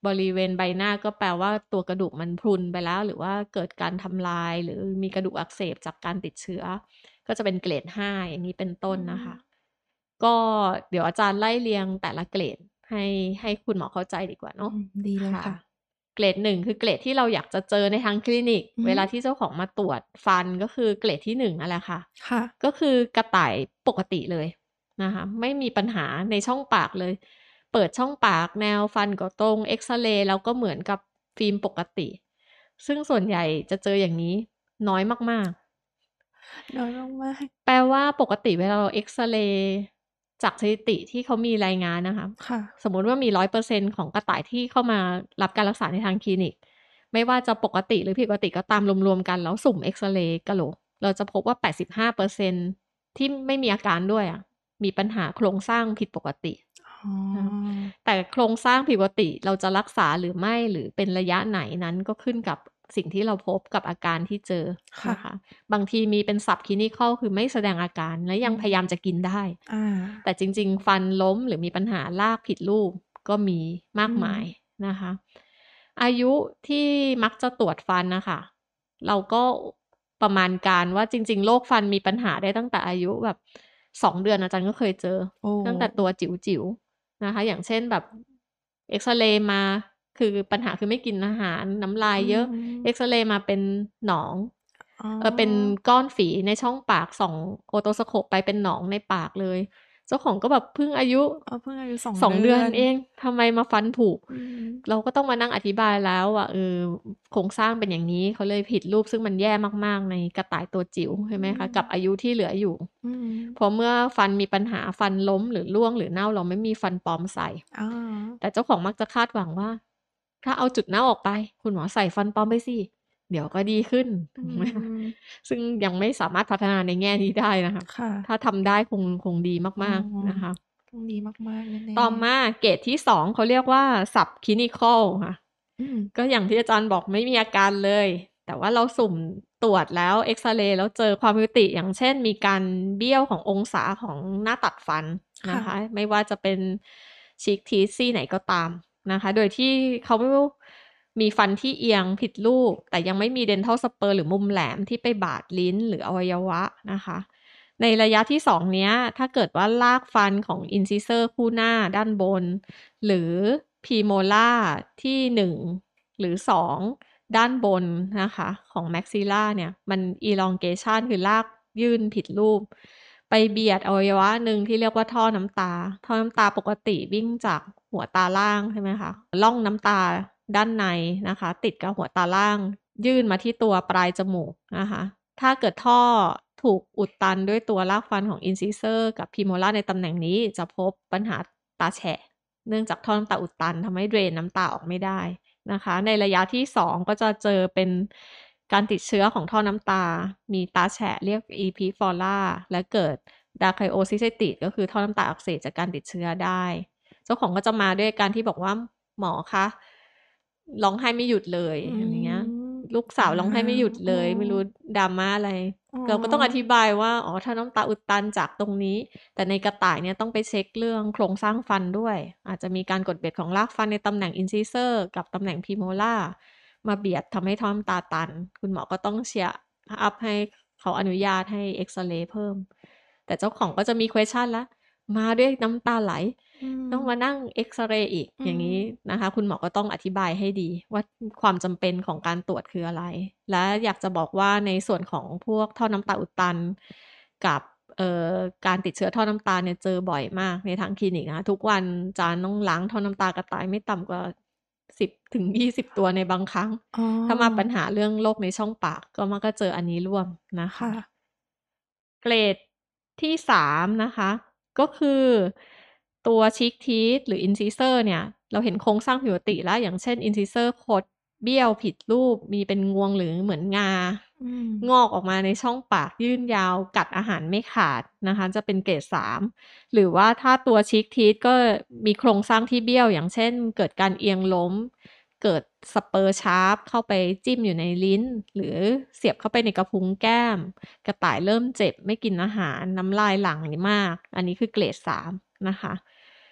บริเวณใบหน้าก็แปลว่าตัวกระดูกมันพรุนไปแล้วหรือว่าเกิดการทำลายหรือมีกระดูกอักเสบจากการติดเชื้อก็จะเป็นเกรดห้าอย่างนี้เป็นต้นนะคะก็เดี๋ยวอาจารย์ไล่เรียงแต่ละเกรดให้ให้คุณหมอเข้าใจดีกว่าเนาะดีเลยค่ะเกรดหนึ่งคือเกรดที่เราอยากจะเจอในทางคลินิกเวลาที่เจ้าของมาตรวจฟันก็คือเกรดที่หนึ่งนั่นแหละค่ะค่ะก็คือกระต่ายปกติเลยนะคะไม่มีปัญหาในช่องปากเลยเปิดช่องปากแนวฟันก็ตรงเอ็กซเรย์แล้วก็เหมือนกับฟิล์มปกติซึ่งส่วนใหญ่จะเจออย่างนี้น้อยมากๆน้อยมากๆแปลว่าปกติเวลาเราเอ็กซเรย์จากสถิติที่เขามีรายงานนะคะค่ะสมมุติว่ามี ร้อยเปอร์เซ็นต์ ของกระต่ายที่เข้ามารับการรักษาในทางคลินิกไม่ว่าจะปกติหรือผิดปกติก็ตามรวมๆกันแล้วสุ่มเอ็กซเรย์กะโหลกเราจะพบว่า แปดสิบห้าเปอร์เซ็นต์ ที่ไม่มีอาการด้วยอ่ะมีปัญหาโครงสร้างผิดปกติแต่โครงสร้างผิดปกติเราจะรักษาหรือไม่หรือเป็นระยะไหนนั้นก็ขึ้นกับสิ่งที่เราพบกับอาการที่เจอนะคะบางทีมีเป็นซับคลินิคอลคือไม่แสดงอาการและยังพยายามจะกินได้แต่จริงๆฟันล้มหรือมีปัญหาลากผิดรูปก็มีมากมายนะคะอายุที่มักจะตรวจฟันนะคะเราก็ประมาณการว่าจริงๆโรคฟันมีปัญหาได้ตั้งแต่อายุแบบสองเดือนอาจารย์ก็เคยเจอตั้งแต่ตัวจิ๋วๆนะคะอย่างเช่นแบบเอ็กซเรย์มาคือปัญหาคือไม่กินอาหารน้ำลายเยอะเอ็กซเรย์มาเป็นหนองเออเป็นก้อนฝีในช่องปากส่องโอโตสโคปไปเป็นหนองในปากเลยเจ้าของก็แบบเพิ่งอายุเพิ่งอายุสองสองเดือนเองทำไมมาฟันผุเราก็ต้องมานั่งอธิบายแล้วว่าเออโครงสร้างเป็นอย่างนี้เขาเลยผิดรูปซึ่งมันแย่มากๆในกระต่ายตัวจิ๋วใช่ไหมคะกับอายุที่เหลืออยู่เพราะเมื่อฟันมีปัญหาฟันล้มหรือร่วงหรือเน่าเราไม่มีฟันปลอมใส่แต่เจ้าของมักจะคาดหวังว่าถ้าเอาจุดเน่าออกไปคุณหมอใส่ฟันปลอมไปสิเดี๋ยวก็ดีขึ้นซึ่งยังไม่สามารถพัฒนาในแง่นี้ได้นะคะถ้าทำได้คงคงดีมากๆนะคะคงดีมากๆแน่ๆต่อมาเกรดที่สองเขาเรียกว่า subclinical ค่ะก็อย่างที่อาจารย์บอกไม่มีอาการเลยแต่ว่าเราสุ่มตรวจแล้วเอ็กซเรย์แล้วเจอความผิดปกติอย่างเช่นมีการเบี้ยวขององศาของหน้าตัดฟันนะคะไม่ว่าจะเป็นชีกทีทซี่ไหนก็ตามนะคะโดยที่เขามีฟันที่เอียงผิดรูปแต่ยังไม่มี dental spur หรือมุมแหลมที่ไปบาดลิ้นหรืออวัยวะนะคะในระยะที่สองเนี้ยถ้าเกิดว่าลากฟันของ incisor คู่หน้าด้านบนหรือ premolar ที่หนึ่งหรือสองด้านบนนะคะของ maxilla เนี่ยมัน elongation คือลากยื่นผิดรูปไปเบียดอวัยวะหนึ่งที่เรียกว่าท่อน้ำตาท่อน้ำตาปกติวิ่งจากหัวตาล่างใช่ไหมคะล่องน้ำตาด้านในนะคะติดกับหัวตาล่างยื่นมาที่ตัวปลายจมูกนะคะถ้าเกิดท่อถูกอุดตันด้วยตัวรากฟันของ incisor กับ premolar ในตำแหน่งนี้จะพบปัญหาตาแฉะเนื่องจากท่อน้ำตาอุดตันทำให้เดรนน้ำตาออกไม่ได้นะคะในระยะที่สองก็จะเจอเป็นการติดเชื้อของท่อน้ำตามีตาแฉะเรียก epiphora และเกิด dacryocystitis ก็คือท่อน้ำตาอักเสบจากการติดเชื้อได้เจ้าของก็จะมาด้วยการที่บอกว่าหมอคะร้องไห้ไม่หยุดเลยอย่างเงี้ยลูกสาวร้องไห้ไม่หยุดเลยไม่รู้ดราม่าอะไรเราก็ต้องอธิบายว่าอ๋อถ้าน้ำตาอุดตันจากตรงนี้แต่ในกระต่ายเนี่ยต้องไปเช็คเรื่องโครงสร้างฟันด้วยอาจจะมีการกดเบียดของรากฟันในตำแหน่ง incisor กับตำแหน่ง premolar มาเบียดทำให้ท่อน้ำตาตันคุณหมอก็ต้องเชียร์อัพให้เขาอนุญาตให้เอ็กซเรย์เพิ่มแต่เจ้าของก็จะมี question ละมาด้วยน้ำตาไหลต้องมานั่งเอ็กซเรย์อีกอย่างนี้นะคะคุณหมอก็ต้องอธิบายให้ดีว่าความจำเป็นของการตรวจคืออะไรและอยากจะบอกว่าในส่วนของพวกท่อน้ำตาอุดตันกับเอ่อการติดเชื้อท่อน้ำตาเนี่ยเจอบ่อยมากในทางคลินิกนะทุกวันจานต้องล้างท่อน้ำตากระต่ายไม่ต่ำกว่าสิบถึงยี่สิบตัวในบางครั้งถ้ามาปัญหาเรื่องโรคในช่องปากก็มักจะเจออันนี้ร่วมนะคะเกรดที่สามนะคะก็คือตัวชิกทีทหรือ incisor เนี่ยเราเห็นโครงสร้างผิดปกติแล้วอย่างเช่น incisor คดเบี้ยวผิดรูปมีเป็นงวงหรือเหมือนงางอกออกมาในช่องปากยื่นยาวกัดอาหารไม่ขาดนะคะจะเป็นเกรดสามหรือว่าถ้าตัวชิกทีทก็มีโครงสร้างที่เบี้ยวอย่างเช่นเกิดการเอียงล้มเกิดสเปอร์ชาร์ปเข้าไปจิ้มอยู่ในลิ้นหรือเสียบเข้าไปในกระพุ้งแก้มกระต่ายเริ่มเจ็บไม่กินอาหารน้ำลายหลั่งมากอันนี้คือเกรดสามนะคะ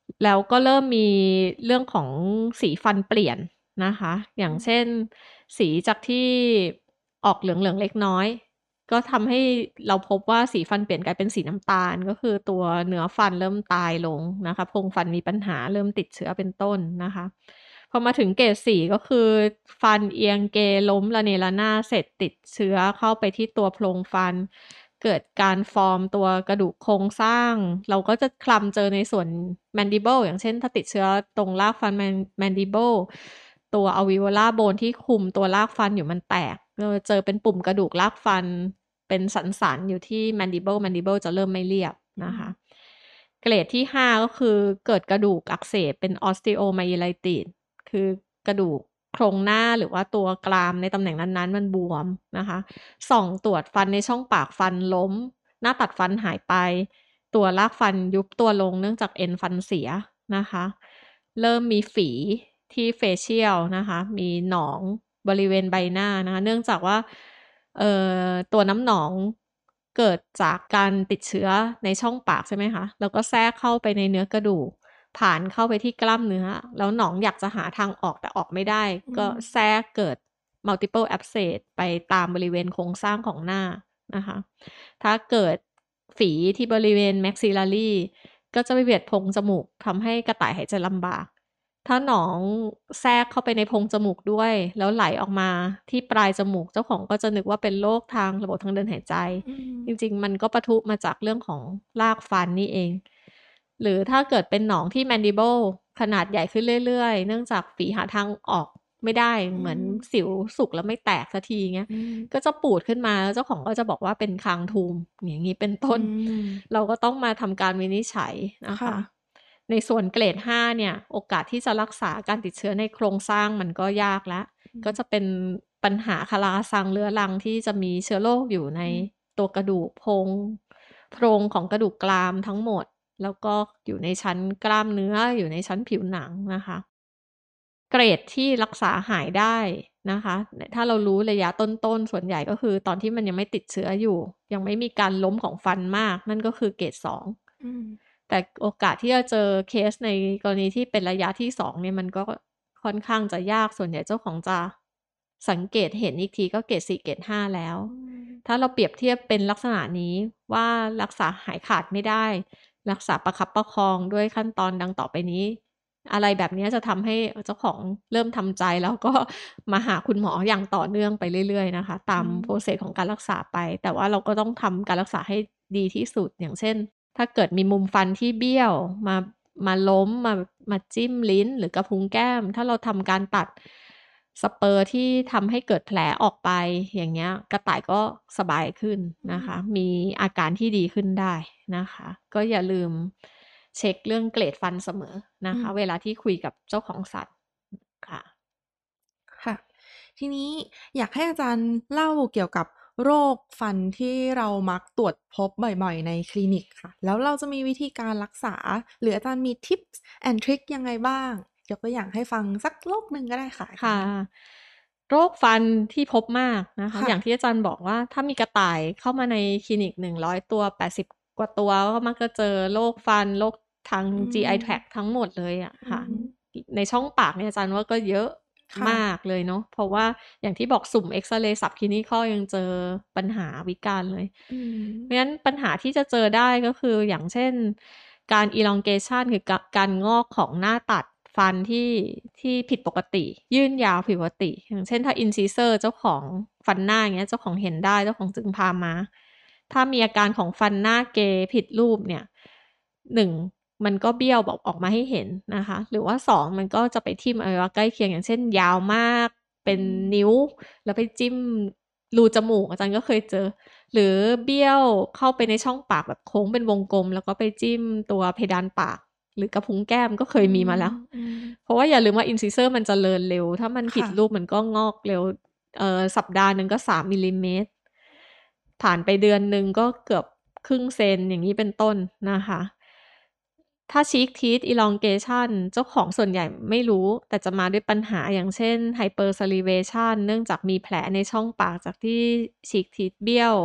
แล้วก็เริ่มมีเรื่องของสีฟันเปลี่ยนนะคะอย่างเช่นสีจากที่ออกเหลืองๆเล็กน้อยก็ทำให้เราพบว่าสีฟันเปลี่ยนกลายเป็นสีน้ำตาลก็คือตัวเนื้อฟันเริ่มตายลงนะคะโพรงฟันมีปัญหาเริ่มติดเชื้อเป็นต้นนะคะพอมาถึงเกรดสี่ก็คือฟันเอียงเกล้มระเนระนาดเสร็จติดเชื้อเข้าไปที่ตัวโพรงฟันเกิดการฟอร์มตัวกระดูกโครงสร้างเราก็จะคลำเจอในส่วน mandible อย่างเช่นถ้าติดเชื้อตรงรากฟัน mandible ตัว alveolar bone ที่คุมตัวรากฟันอยู่มันแตกเราเจอเป็นปุ่มกระดูกรากฟันเป็นสันๆอยู่ที่ mandible mandible จะเริ่มไม่เรียบนะคะเกรดที่ห้าก็คือเกิดกระดูกอักเสบเป็น osteomyelitis คือกระดูกโครงหน้าหรือว่าตัวกรามในตำแหน่งนั้นๆมันบวมนะคะส่องตรวจฟันในช่องปากฟันล้มหน้าตัดฟันหายไปตัวรากฟันยุบตัวลงเนื่องจากเอ็นฟันเสียนะคะเริ่มมีฝีที่เฟเชียลนะคะมีหนองบริเวณใบหน้านะคะเนื่องจากว่าเอ่อตัวน้ำหนองเกิดจากการติดเชื้อในช่องปากใช่ไหมคะแล้วก็แทรกเข้าไปในเนื้อกระดูกผ่านเข้าไปที่กล้ามเนื้อแล้วหนองอยากจะหาทางออกแต่ออกไม่ได้ก็แทรกเกิด multiple abscess ไปตามบริเวณโครงสร้างของหน้านะคะถ้าเกิดฝีที่บริเวณ maxillary ก็จะไปเบียดโพรงจมูกทำให้กระต่ายหายใจลำบากถ้าหนองแทรกเข้าไปในโพรงจมูกด้วยแล้วไหลออกมาที่ปลายจมูกเจ้าของก็จะนึกว่าเป็นโรคทางระบบทางเดินหายใจจริงๆมันก็ปะทุมาจากเรื่องของรากฟันนี่เองหรือถ้าเกิดเป็นหนองที่ mandible ขนาดใหญ่ขึ้นเรื่อยๆเนื่องจากฝีหาทางออกไม่ได้เหมือนสิวสุกแล้วไม่แตกสักทีเงี้ยก็จะปูดขึ้นมาแล้วเจ้าของก็จะบอกว่าเป็นคางทูมอย่างนี้เป็นต้นเราก็ต้องมาทำการวินิจฉัยนะคะในส่วนเกรดห้าเนี่ยโอกาสที่จะรักษาการติดเชื้อในโครงสร้างมันก็ยากแล้วก็จะเป็นปัญหาคาราซังเรื้อรังที่จะมีเชื้อโรคอยู่ในตัวกระดูกโพรงโพรงของกระดูกกรามทั้งหมดแล้วก็อยู่ในชั้นกล้ามเนื้ออยู่ในชั้นผิวหนังนะคะเกรดที่รักษาหายได้นะคะถ้าเรารู้ระยะต้นๆส่วนใหญ่ก็คือตอนที่มันยังไม่ติดเชื้ออยู่ยังไม่มีการล้มของฟันมากนั่นก็คือเกรดสองแต่โอกาสที่จะเจอเคสในกรณีที่เป็นระยะที่สองเนี่ยมันก็ค่อนข้างจะยากส่วนใหญ่เจ้าของจะสังเกตเห็นอีกทีก็เกรดสี่เกรดห้าแล้วถ้าเราเปรียบเทียบเป็นลักษณะนี้ว่ารักษาหายขาดไม่ได้รักษาประคับประคองด้วยขั้นตอนดังต่อไปนี้อะไรแบบนี้จะทำให้เจ้าของเริ่มทำใจแล้วก็มาหาคุณหมออย่างต่อเนื่องไปเรื่อยๆนะคะตามโปรเซสของการรักษาไปแต่ว่าเราก็ต้องทำการรักษาให้ดีที่สุดอย่างเช่นถ้าเกิดมีมุมฟันที่เบี้ยวมามาล้มมามาจิ้มลิ้นหรือกระพุ้งแก้มถ้าเราทำการตัดสเปอร์ที่ทำให้เกิดแผลออกไปอย่างเงี้ยกระต่ายก็สบายขึ้นนะคะมีอาการที่ดีขึ้นได้นะคะก็อย่าลืมเช็คเรื่องเกรดฟันเสมอนะคะเวลาที่คุยกับเจ้าของสัตว์ค่ะค่ะทีนี้อยากให้อาจารย์เล่าเกี่ยวกับโรคฟันที่เรามักตรวจพบบ่อยๆในคลินิกค่ะแล้วเราจะมีวิธีการรักษาหรืออาจารย์มี tips and trick ยังไงบ้างยกตัวอย่างให้ฟังสักโรคนึงก็ได้ค่ะค่ะโรคฟันที่พบมากนะคะอย่างที่อาจารย์บอกว่าถ้ามีกระต่ายเข้ามาในคลินิกหนึ่งร้อยตัวแปดสิบกว่าตัวก็มักจะเจอโรคฟันโรคทาง จี ไอ tract ทั้งหมดเลยอะค่ะในช่องปากเนี่ยอาจารย์ว่าก็เยอะมากเลยเนาะเพราะว่าอย่างที่บอกสุ่มเอ็กซเรย์สับคลินิคอลยังเจอปัญหาวิกาลเลยเพราะฉะนั้นปัญหาที่จะเจอได้ก็คืออย่างเช่นการ elongation คือการงอกของหน้าตัดฟันที่ที่ผิดปกติยื่นยาวผิดปกติอย่างเช่นถ้า incisor เจ้าของฟันหน้าอย่างเงี้ยเจ้าของเห็นได้เจ้าของจึงพามาถ้ามีอาการของฟันหน้าเกยผิดรูปเนี่ยหนึ่งมันก็เบี้ยวบอกออกมาให้เห็นนะคะหรือว่าสองมันก็จะไปทิ่มอวัยวะใกล้เคียงอย่างเช่นยาวมากเป็นนิ้วแล้วไปจิ้มรูจมูกอาจารย์ก็เคยเจอหรือเบี้ยวเข้าไปในช่องปากแบบโค้งเป็นวงกลมแล้วก็ไปจิ้มตัวเพดานปากหรือกระพุ้งแก้มก็เคยมีมาแล้วเพราะว่าอย่าลืมว่า incisor มันจเจริญเร็วถ้ามันผิดรูปมันก็งอกเร็วเอ่อสัปดาห์นึงก็สามมิลลิเมตรผ่านไปเดือนนึงก็เกือบครึ่งเซนอย่างนี้เป็นต้นนะคะถ้า cheek teeth elongation เจ้าของส่วนใหญ่ไม่รู้แต่จะมาด้วยปัญหาอย่างเช่น hypersalivation เนื่องจากมีแผลในช่องปากจากที่ cheek teeth เบี้ยว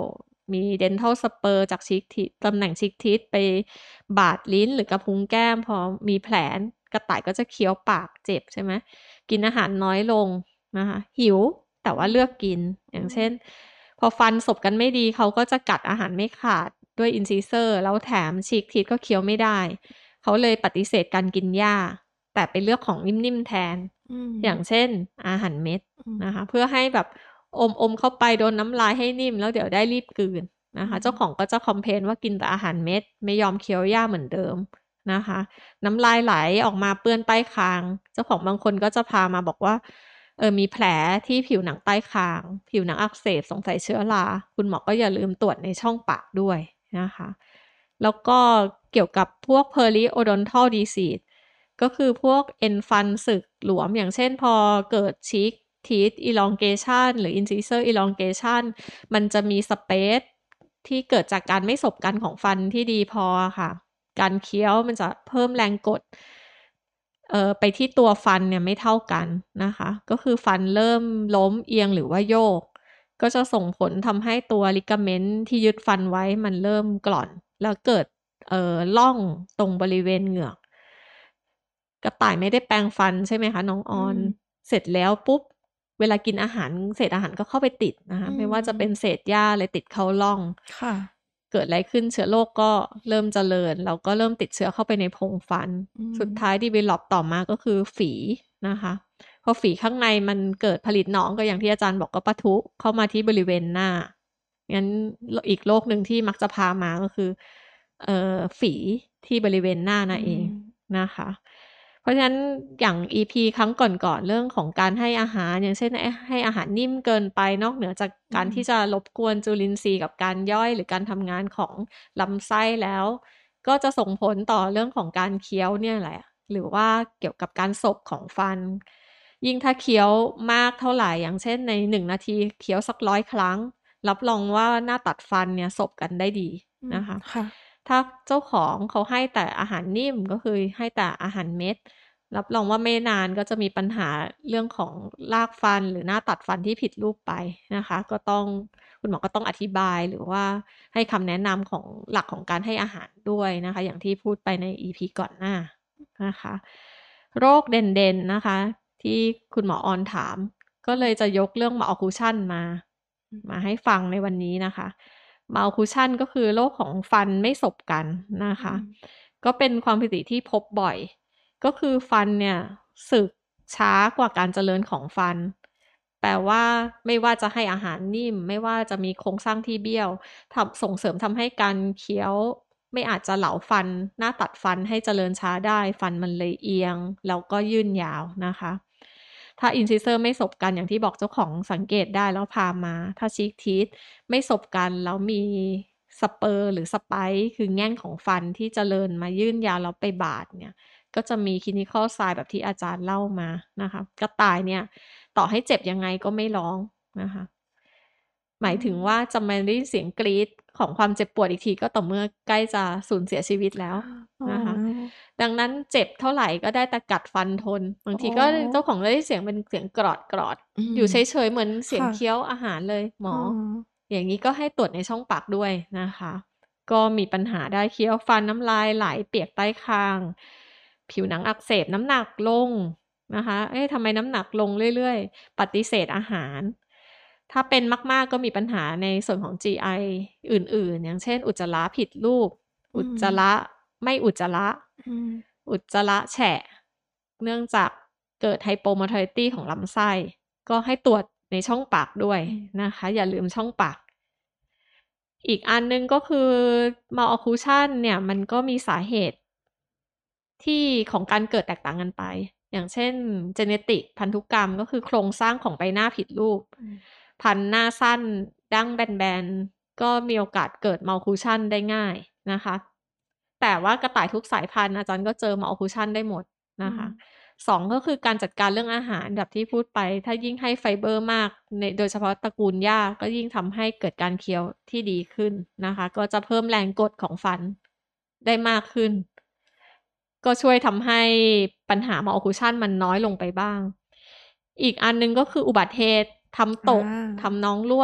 มี dental spur จากชิกทีตำแหน่งชิกทีไปบาดลิ้นหรือกระพุ้งแก้มพอมีแผลกระต่ายก็จะเคี้ยวปากเจ็บใช่ไหมกินอาหารน้อยลงนะคะหิวแต่ว่าเลือกกินอย่างเช่นพอฟันสบกันไม่ดีเขาก็จะกัดอาหารไม่ขาดด้วยอินซิเซอร์แล้วแถมชิกทีก็เคี้ยวไม่ได้เขาเลยปฏิเสธการกินหญ้าแต่ไปเลือกของนิ่มๆแทนอย่างเช่นอาหารเม็ดนะคะเพื่อให้แบบอมอมเข้าไปโดนน้ำลายให้นิ่มแล้วเดี๋ยวได้รีบกลืนนะคะเจ้าของก็จะคอมเพลนว่ากินแต่อาหารเม็ดไม่ยอมเคี้ยวหญ้าเหมือนเดิมนะคะน้ำลายไหลออกมาเปื้อนใต้คางเจ้าของบางคนก็จะพามาบอกว่าเออมีแผลที่ผิวหนังใต้คางผิวหนังอักเสบสงสัยเชื้อราคุณหมอก็อย่าลืมตรวจในช่องปากด้วยนะคะแล้วก็เกี่ยวกับพวก periodontal disease ก็คือพวกเอ็นฟันสึกหลวมอย่างเช่นพอเกิดชิกteeth elongation หรือ incisor elongation มันจะมี space ที่เกิดจากการไม่สบกันของฟันที่ดีพอค่ะการเคี้ยวมันจะเพิ่มแรงกดเอ่อไปที่ตัวฟันเนี่ยไม่เท่ากันนะคะก็คือฟันเริ่มล้มเอียงหรือว่าโยกก็จะส่งผลทำให้ตัวลิกาเมนต์ที่ยึดฟันไว้มันเริ่มกร่อนแล้วเกิดเอ่อร่องตรงบริเวณเหงือกกระต่ายไม่ได้แปรงฟันใช่ไหมคะน้องออนเสร็จแล้วปุ๊บเวลากินอาหารเศษอาหารก็เข้าไปติดนะคะไม่ว่าจะเป็นเศษหญ้าเลยติดเข้าร่องค่ะเกิดอะไรขึ้นเชื้อโรคก็เริ่มเจริญแล้วก็เริ่มติดเชื้อเข้าไปในโพรงฟันสุดท้าย develop ต่อมาก็คือฝีนะคะพอฝีข้างในมันเกิดผลิตหนองก็อย่างที่อาจารย์บอกก็ปะทุเข้ามาที่บริเวณหน้างั้นอีกโรคหนึ่งที่มักจะพามาก็คือเอ่อฝีที่บริเวณหน้านั่นเองนะคะเพราะฉะนั้นอย่าง อี พี ครั้งก่อนๆเรื่องของการให้อาหารอย่างเช่นให้อาหารนิ่มเกินไปนอกเหนือจากการที่จะรบกวนจุลินทรีย์กับการย่อยหรือการทำงานของลำไส้แล้วก็จะส่งผลต่อเรื่องของการเคี้ยวเนี่ยแหละหรือว่าเกี่ยวกับการสบของฟันยิ่งถ้าเคี้ยวมากเท่าไหร่อย่างเช่นในหนึ่งนาทีเคี้ยวสักร้อยครั้งรับรองว่าหน้าตัดฟันเนี่ยสบกันได้ดีนะคะถ้าเจ้าของเขาให้แต่อาหารนิ่มก็คือให้แต่อาหารเม็ดรับรองว่าไม่นานก็จะมีปัญหาเรื่องของรากฟันหรือหน้าตัดฟันที่ผิดรูปไปนะคะก็ต้องคุณหมอก็ต้องอธิบายหรือว่าให้คำแนะนำของหลักของการให้อาหารด้วยนะคะอย่างที่พูดไปใน อี พี ก่อนหน้านะคะโรคเด่นๆนะคะที่คุณหมอออนถามก็เลยจะยกเรื่อง malocclusion มามาให้ฟังในวันนี้นะคะmalocclusion ก็คือโรคของฟันไม่สบกันนะคะก็เป็นความผิดปกติที่พบบ่อยก็คือฟันเนี่ยสึกช้ากว่าการเจริญของฟันแปลว่าไม่ว่าจะให้อาหารนิ่มไม่ว่าจะมีโครงสร้างที่เบี้ยวทำส่งเสริมทำให้การเคี้ยวไม่อาจจะเหลาฟันหน้าตัดฟันให้เจริญช้าได้ฟันมันเลยเอียงแล้วก็ยื่นยาวนะคะถ้าอินซิเซอร์ไม่สบกันอย่างที่บอกเจ้าของสังเกตได้แล้วพามาถ้าชิคทีทไม่สบกันแล้วมีสเปอร์หรือสไปค์คือแง่งของฟันที่เจริญมายื่นยาวแล้วไปบาดเนี่ยก็จะมี clinical sign แบบที่อาจารย์เล่ามานะคะกระต่ายเนี่ยต่อให้เจ็บยังไงก็ไม่ร้องนะคะหมายถึงว่าจะไม่ได้เสียงกรี๊ดของความเจ็บปวดอีกทีก็ต่อเมื่อใกล้จะสูญเสียชีวิตแล้วนะคะดังนั้นเจ็บเท่าไหร่ก็ได้แต่กัดฟันทนบางทีก็เจ้าของจะได้เสียงเป็นเสียงกรอดกรอดอยู่เฉยๆเหมือนเสียงเคี้ยวอาหารเลยหมออย่างนี้ก็ให้ตรวจในช่องปากด้วยนะคะก็มีปัญหาได้เคี้ยวฟันน้ำลายไหลเปียกใต้คางผิวหนังอักเสบน้ำหนักลงนะคะเอ๊ะทำไมน้ำหนักลงเรื่อยๆปฏิเสธอาหารถ้าเป็นมากๆก็มีปัญหาในส่วนของ จี ไอ อื่นๆอย่างเช่นอุจจาระผิดรูปอุจจาระไม่อุจจาระอุจจาระแฉะเนื่องจากเกิดไฮโปมอร์ทัลิตี้ของลำไส้ก็ให้ตรวจในช่องปากด้วยนะคะอย่าลืมช่องปากอีกอันนึงก็คือ malocclusion เนี่ยมันก็มีสาเหตุที่ของการเกิดแตกต่างกันไปอย่างเช่น genetic พันธุกรรมก็คือโครงสร้างของใบหน้าผิดรูปพันหน้าสั้นดั้งแบนๆก็มีโอกาสเกิด malocclusion ได้ง่ายนะคะแต่ว่ากระต่ายทุกสายพันธุ์อาจารย์ก็เจอ malocclusion ได้หมดนะคะสองก็คือการจัดการเรื่องอาหารแบบที่พูดไปถ้ายิ่งให้ไฟเบอร์มากในโดยเฉพาะตระกูลหญ้าก็ยิ่งทำให้เกิดการเคี้ยวที่ดีขึ้นนะคะก็จะเพิ่มแรงกดของฟันได้มากขึ้นก็ช่วยทำให้ปัญหา malocclusion มันน้อยลงไปบ้างอีกอันนึงก็คืออุบัติเหตุทำตกทำน้องร่วง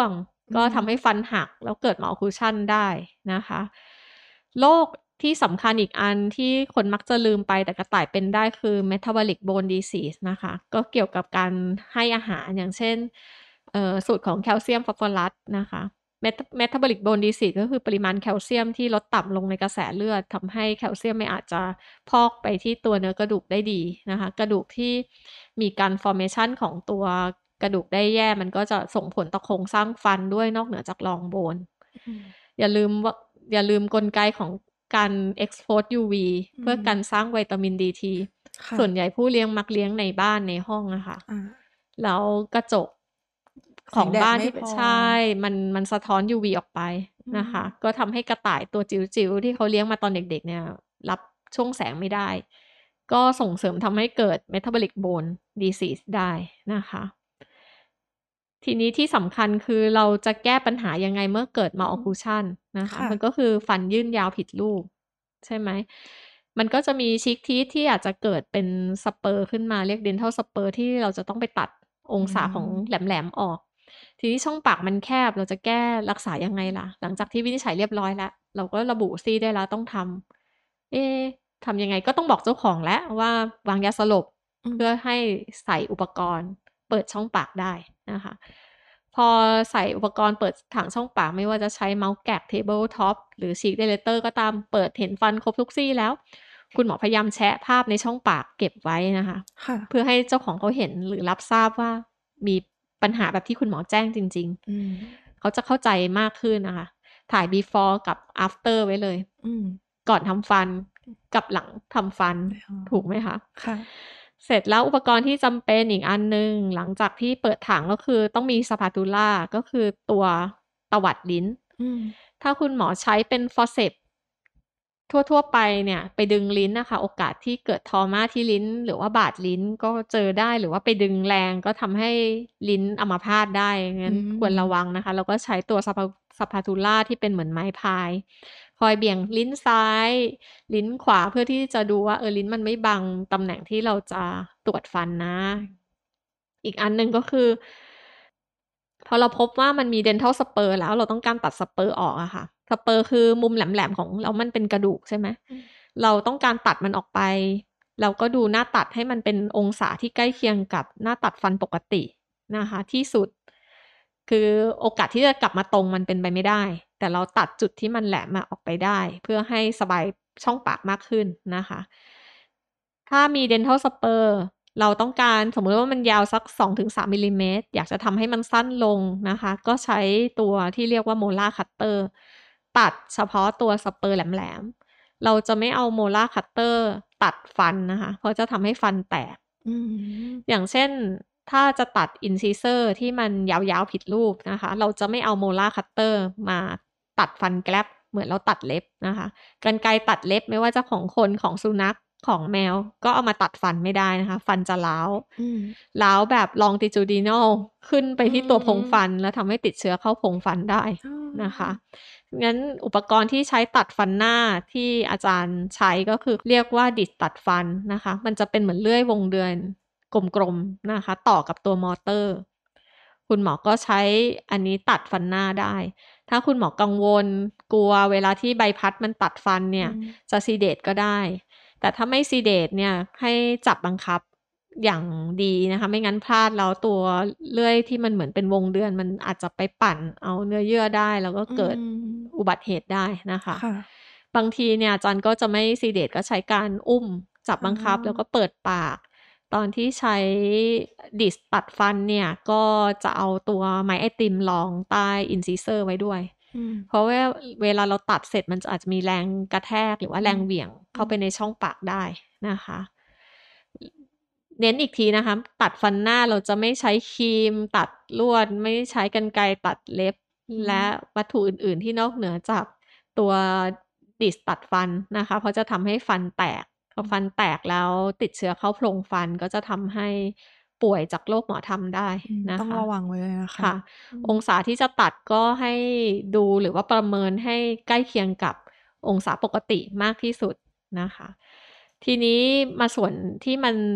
ก็อืมทำให้ฟันหักแล้วเกิด malocclusion ได้นะคะโรคที่สำคัญอีกอันที่คนมักจะลืมไปแต่กระต่ายเป็นได้คือ metabolic bone disease นะคะก็เกี่ยวกับการให้อาหารอย่างเช่นเอ่อสูตรของแคลเซียมฟอสฟอรัสนะคะ Meta- metabolic bone disease ก็คือปริมาณแคลเซียมที่ลดต่ำลงในกระแสเลือดทำให้แคลเซียมไม่อาจจะพอกไปที่ตัวเนื้อกระดูกได้ดีนะคะกระดูกที่มีการ formation ของตัวกระดูกได้แย่มันก็จะส่งผลต่อโครงสร้างฟันด้วยนอกเหนือจากรองโบนอืมอย่าลืมว่าอย่าลืมกลไกของการ expose ยู วีอืมเพื่อการสร้างวิตามินดีทีค่ะส่วนใหญ่ผู้เลี้ยงมักเลี้ยงในบ้านในห้องอะค่ะอ่าแล้วกระจกแสของงแดดบ้านไม่ที่พอใช่มันมันสะท้อน ยู วี ออกไปอืมนะคะ ก็ทำให้กระต่ายตัวจิ๋วๆที่เขาเลี้ยงมาตอนเด็กๆเนี่ยรับช่วงแสงไม่ได้ ก็ส่งเสริมทำให้เกิด metabolic bone disease ได้นะคะ ทีนี้ที่สำคัญคือเราจะแก้ปัญหายังไงเมื่อเกิดอืม malocclusion นะคะค่ะมันก็คือฟันยื่นยาวผิดรูป ใช่ไหม มันก็จะมี cheek teeth ที่อาจจะเกิดเป็นสเปอร์ขึ้นมาเรียก dental spur ที่เราจะต้องไปตัดองศาของอืมแหลมๆออก ทีนี้ช่องปากมันแคบเราจะแก้รักษายังไงล่ะ หลังจากที่วินิจฉัยเรียบร้อยแล้ว เราก็ระบุซี่ได้แล้วต้องทำ เอ๊ะทำยังไงก็ต้องบอกเจ้าของแล้วว่าวางยาสลบอืมเพื่อให้ใส่อุปกรณ์เปิดช่องปากได้นะคะ พอใส่อุปกรณ์เปิดถังช่องปากไม่ว่าจะใช้เมาส์แกะ table top หรือ cheek dilator ก็ตามเปิดเห็นฟันครบทุกซี่แล้ว คุณหมอพยายามแชะภาพในช่องปากเก็บไว้นะคะค่ะเพื่อให้เจ้าของเขาเห็นหรือรับทราบว่ามีปัญหาแบบที่คุณหมอแจ้งจริงอืมๆ เขาจะเข้าใจมากขึ้นนะคะ ถ่าย before กับ after ไว้เลยอืมก่อนทำฟันกับหลังทำฟันอ๋อถูกไหมคะค่ะเสร็จแล้วอุปกรณ์ที่จำเป็นอีกอันหนึ่งหลังจากที่เปิดถังก็คือต้องมี spatula ก็คือตัวตวัดลิ้นอืมถ้าคุณหมอใช้เป็น forceps ทั่ว ๆ ไปเนี่ยไปดึงลิ้นน่ะค่ะโอกาสที่เกิด trauma ที่ลิ้นหรือว่าบาดลิ้นก็เจอได้หรือว่าไปดึงแรงก็ทำให้ลิ้นอัมพาตได้ งั้นอืมควรระวังนะคะ แล้วก็ใช้ตัว spa spatula ที่เป็นเหมือนไม้พาย คอยเบี่ยงลิ้นซ้าย ลิ้นขวาเพื่อที่จะดูว่า เออ ลิ้นมันไม่บังตำแหน่งที่เราจะตรวจฟันนะ อีกอันหนึ่งก็คือ พอเราพบว่ามันมี dental spur แล้วเราต้องการตัด spur ออกอะค่ะ spur คือมุมแหลม ๆ ของแล้วมันเป็นกระดูกใช่ไหมอืมเราต้องการตัดมันออกไป เราก็ดูหน้าตัดให้มันเป็นองศาที่ใกล้เคียงกับหน้าตัดฟันปกตินะคะที่สุด คือโอกาสที่จะกลับมาตรงมันเป็นไปไม่ได้ แต่เราตัดจุดที่มันแหลมอะออกไปได้ เพื่อให้สบายช่องปากมากขึ้นนะคะ ถ้ามี dental spur เราต้องการสมมุติว่ามันยาวสัก สองถึงสาม มิลลิเมตร อยากจะทำให้มันสั้นลงนะคะ ก็ใช้ตัวที่เรียกว่า molar cutter ตัดเฉพาะตัว spur แหลม ๆ เราจะไม่เอา molar cutter ตัดฟันนะคะ เพราะจะทำให้ฟันแตกอืมอย่างเช่น ถ้าจะตัด incisor ที่มันยาว ๆ ผิดรูปนะคะ เราจะไม่เอา molar cutter มาตัดฟันแกลบเหมือนเราตัดเล็บนะคะ กรรไกรตัดเล็บไม่ว่าจะของคนของสุนัขของแมวก็เอามาตัดฟันไม่ได้นะคะ ฟันจะร้าวอืมร้าวแบบ longitudinal ขึ้นไปที่ตัวโพรงฟันอืมแล้วทำให้ติดเชื้อเข้าโพรงฟันได้อ๋อนะคะ งั้นอุปกรณ์ที่ใช้ตัดฟันหน้าที่อาจารย์ใช้ก็คือเรียกว่าดิสตัดฟันนะคะ มันจะเป็นเหมือนเลื่อยวงเดือนกลม ๆ นะคะ ต่อกับตัวมอเตอร์ คุณหมอก็ใช้อันนี้ตัดฟันหน้าได้ ถ้าคุณหมอกังวลกลัวเวลาที่ใบพัดมันตัดฟันเนี่อืยมจะ sedate ก็ได้ แต่ถ้าไม่ sedate เนี่ยให้จับบังคับอย่างดีนะคะ ไม่งั้นพลาดแล้วตัวเลื่อยที่มันเหมือนเป็นวงเดือนมันอาจจะไปปั่นเอาเนื้อเยื่อได้ แล้วก็อืเกิดมอุบัติเหตุได้นะคะค่ะบางทีเนี่ยอาจารย์ก็จะไม่ sedate ก็ใช้การอุ้มจับอ๋บังคับ แล้วก็อเปิดปาก ตอนที่ใช้ดิสตัดฟันเนี่ยก็จะเอาตัวไม้ไอติมรองใต้ incisor ไว้ด้วยอืมเพราะว่าเวลาเราตัดเสร็จมันจะอาจจะมีแรงกระแทก หรือว่าอืแรงเหวี่ยงอเข้าไปอืมในช่องปากได้นะคะ เน้นอีกทีนะคะ ตัดฟันหน้าเราจะไม่ใช้ครีมตัดลวด ไม่ใช้กรรไกรตัดเล็บอืและมวัตถุอื่น ๆ ที่นอกเหนือจากตัวดิสตัดฟันนะคะ เพราะจะทำให้ฟันแตก พอือฟันแตกแล้วติดเชื้อเข้าโพรงฟัน ก็จะทำให้ป่วยจากโรคหมอทำได้อืมนะต้องคะระวังไว้เลยนะคะค่ะอืมองศาที่จะตัดก็ให้ดูหรือว่าประเมินให้ใกล้เคียงกับองศาปกติมากที่สุดนะคะ ทีนี้มาส่วนที่มัน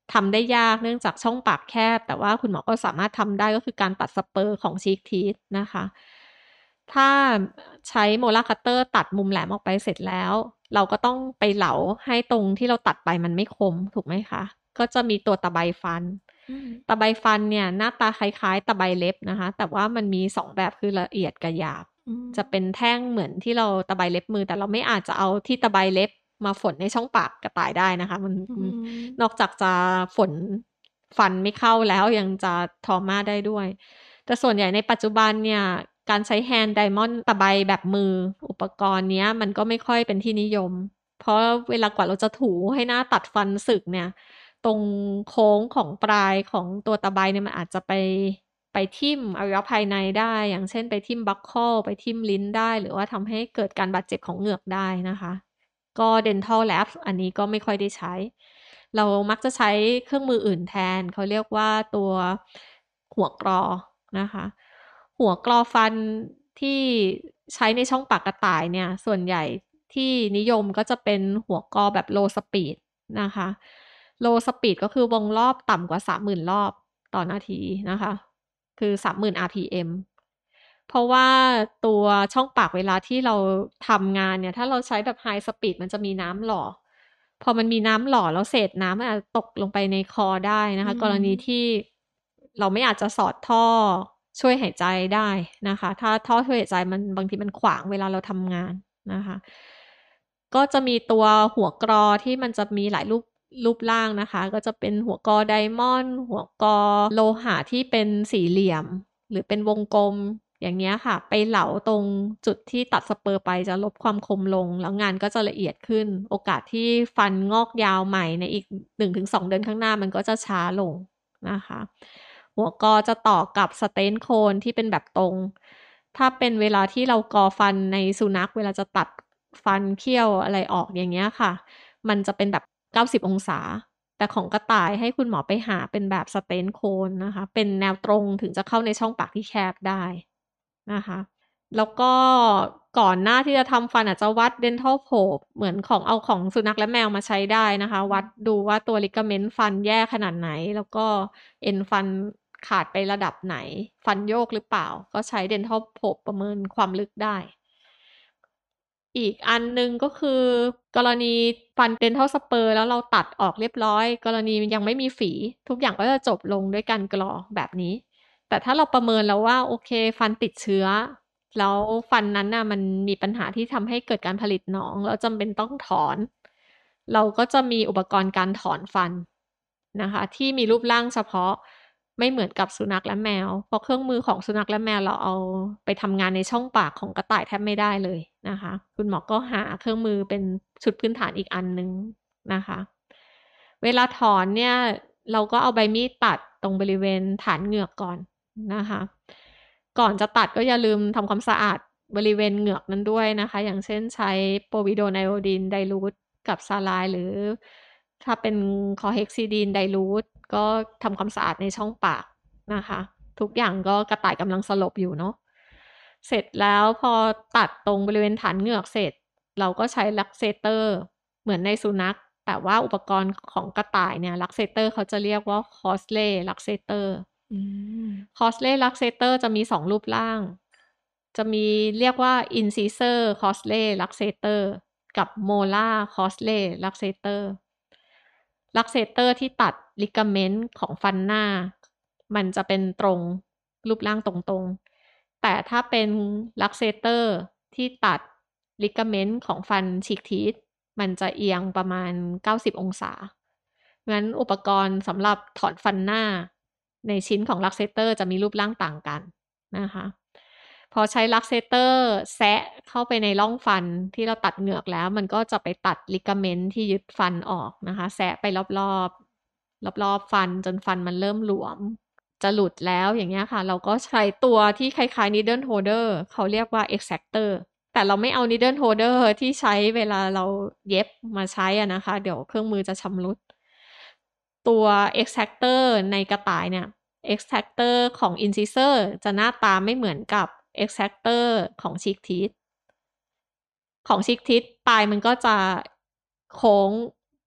ทำได้ยากเนื่องจากช่องปากแคบแต่ว่าคุณหมอก็สามารถทำได้ก็คือการตัดสเปอร์ของชีกทีธนะคะถ้าใช้โมลาร์คัตเตอร์ตัดมุมแหลมออกไปเสร็จแล้วเราก็ต้องไปเหลาให้ตรงที่เราตัดไปมันไม่คมถูกไหมคะก็จะมีตัวตะไบฟันตะไบฟันเนี่ยหน้าตาคล้ายๆตะไบเล็บนะคะแต่ว่ามันมีสองแบบคือละเอียดกับหยาบจะเป็นแท่งเหมือนที่เราตะไบเล็บมือแต่เราไม่อาจจะเอาที่ตะไบเล็บมาฝนในช่องปากกระต่ายได้นะคะมันนอกจากจะฝนฟันไม่เข้าแล้วยังจะทรอมาได้ด้วยแต่ส่วนใหญ่ในปัจจุบันเนี่ยการใช้แฮนด์ไดมอนด์ตะไบแบบมืออุปกรณ์เนี้ยมันก็ไม่ค่อยเป็นที่นิยมเพราะเวลากว่าเราจะถูให้หน้าตัดฟันสึกเนี่ยตรงโค้งของปลายของตัวตะไบเนี่ยมันอาจจะไปไปทิ่มอวัยวะภายในได้อย่างเช่นไปทิ่มบัคเคิลไปทิ่มลิ้นได้หรือว่าทำให้เกิดการบาดเจ็บของเหงือกได้นะคะก็ dental labs อันนี้ก็ไม่ค่อยได้ใช้เรามักจะใช้เครื่องมืออื่นแทนเขาเรียกว่าตัวหัวกรอนะคะหัวกรอฟันที่ใช้ในช่องปากกระต่ายเนี่ยส่วนใหญ่ที่นิยมก็จะเป็นหัวกรอแบบ low speed นะคะ low speed ก็คือวงรอบต่ำกว่า สามหมื่น รอบต่อนาทีนะคะคือ สามหมื่น อาร์ พี เอ็ม เพราะว่าตัวช่องปากเวลาที่เราทำงานเนี่ยถ้าเราใช้แบบ high speed มันจะมีน้ำหล่อพอมันมีน้ำหล่อแล้วเศษน้ำมันอาจจะตกลงไปในคอได้นะคะกรณีที่เราไม่อาจจะสอดท่อช่วยหายใจได้นะคะถ้าท่อช่วยหายใจมันบางทีมันขวางเวลาเราทำงานนะคะก็จะมีตัวหัวกรอที่มันจะมีหลายรูปรูปร่างนะคะก็จะเป็นหัวกรอไดมอนด์หัวกรอโลหะที่เป็นสี่เหลี่ยมหรือเป็นวงกลมอย่างเงี้ยค่ะไปเหลาตรงจุดที่ตัดสเปอร์ไปจะลดความคมลงแล้วงานก็จะละเอียดขึ้นโอกาสที่ฟันงอกยาวใหม่ในอีก หนึ่งถึงสอง เดือนข้างหน้ามันก็จะช้าลงนะคะหัวกรอจะต่อกับสเตนโคนที่เป็นแบบตรงถ้าเป็นเวลาที่เรากอฟันในสุนัขเวลาจะตัดฟันเคี้ยวอะไรออกอย่างเงี้ยค่ะมันจะเป็นแบบเก้าสิบองศาแต่ของกระต่ายให้คุณหมอไปหาเป็นแบบสเตนโคนนะคะเป็นแนวตรงถึงจะเข้าในช่องปากที่แคบได้นะคะแล้วก็ก่อนหน้าที่จะทำฟันอาจจะวัด dental probe เหมือนของเอาของสุนัขและแมวมาใช้ได้นะคะวัดดูว่าตัว ligament ฟันแย่ขนาดไหนแล้วก็เอ็นฟันขาดไประดับไหนฟันโยกหรือเปล่าก็ใช้ dental probe ประเมินความลึกได้อีกอันนึงก็คือกรณีฟัน dental spur แล้วเราตัดออกเรียบร้อยกรณียังไม่มีฝีทุกอย่างก็จะจบลงด้วยการกรอแบบนี้แต่ถ้าเราประเมินแล้วว่าโอเคฟันติดเชื้อแล้วฟันนั้นน่ะมันมีปัญหาที่ทำให้เกิดการผลิตหนองแล้วจำเป็นต้องถอนเราก็จะมีอุปกรณ์การถอนฟันนะคะที่มีรูปร่างเฉพาะไม่เหมือนกับสุนัขและแมวเพราะเครื่องมือของสุนัขและแมวเราเอาไปทำงานในช่องปากของกระต่ายแทบไม่ได้เลยนะคะคุณหมอก็หาเครื่องมือเป็นชุดพื้นฐานอีกอันนึงนะคะเวลาถอนเนี่ยเราก็เอาใบมีดตัดตรงบริเวณฐานเหงือกก่อนนะคะก่อนจะตัดก็อย่าลืมทำความสะอาดบริเวณเหงือกนั้นด้วยนะคะอย่างเช่นใช้โปวิโดไนโอดีนไดลูทกับซาไลน์หรือถ้าเป็นคอเฮกซิดีนไดลูทก็ทำความสะอาดในช่องปากนะคะทุกอย่างก็กระต่ายกำลังสลบอยู่เนาะเสร็จแล้วพอตัดตรงบริเวณฐานเหงือกเสร็จเราก็ใช้ลักเซเตอร์เหมือนในสุนัขแต่ว่าอุปกรณ์ของกระต่ายเนี่ยลักเซเตอร์เขาจะเรียกว่าคอสเล่ลักเซเตอร์คอสเล่ลักเซเตอร์จะมีสองรูปร่างจะมีเรียกว่า incisor Coslet luxator กับ molar Coslet luxator ลักเซเตอร์ที่ตัดลิกาเมนต์ของฟันหน้ามันจะเป็นตรงรูปร่างตรงๆแต่ถ้าเป็นลักเซเตอร์ที่ตัดลิกาเมนต์ของฟันฉีกทีธมันจะเอียงประมาณเก้าสิบองศางั้นอุปกรณ์สำหรับถอนฟันหน้าในชิ้นของลักเซเตอร์จะมีรูปร่างต่างกันนะคะพอใช้ลักเซเตอร์แซะเข้าไปในร่องฟันที่เราตัดเหงือกแล้วมันก็จะไปตัดลิกาเมนต์ที่ยึดฟันออกนะคะแซะไปรอบๆรอบๆฟันจนฟันมันเริ่มหลวมจะหลุดแล้วอย่างเงี้ยค่ะเราก็ใช้ตัวที่คล้ายๆ needle holder เขาเรียกว่า exactor แต่เราไม่เอา needle holder ที่ใช้เวลาเราเย็บมาใช้อะนะคะเดี๋ยวเครื่องมือจะชำรุดตัว exactor ในกระต่ายเนี่ย exactor ของ incisor จะหน้าตาไม่เหมือนกับ exactor ของ cheek teeth ของ cheek teeth ปลายมันก็จะโค้ง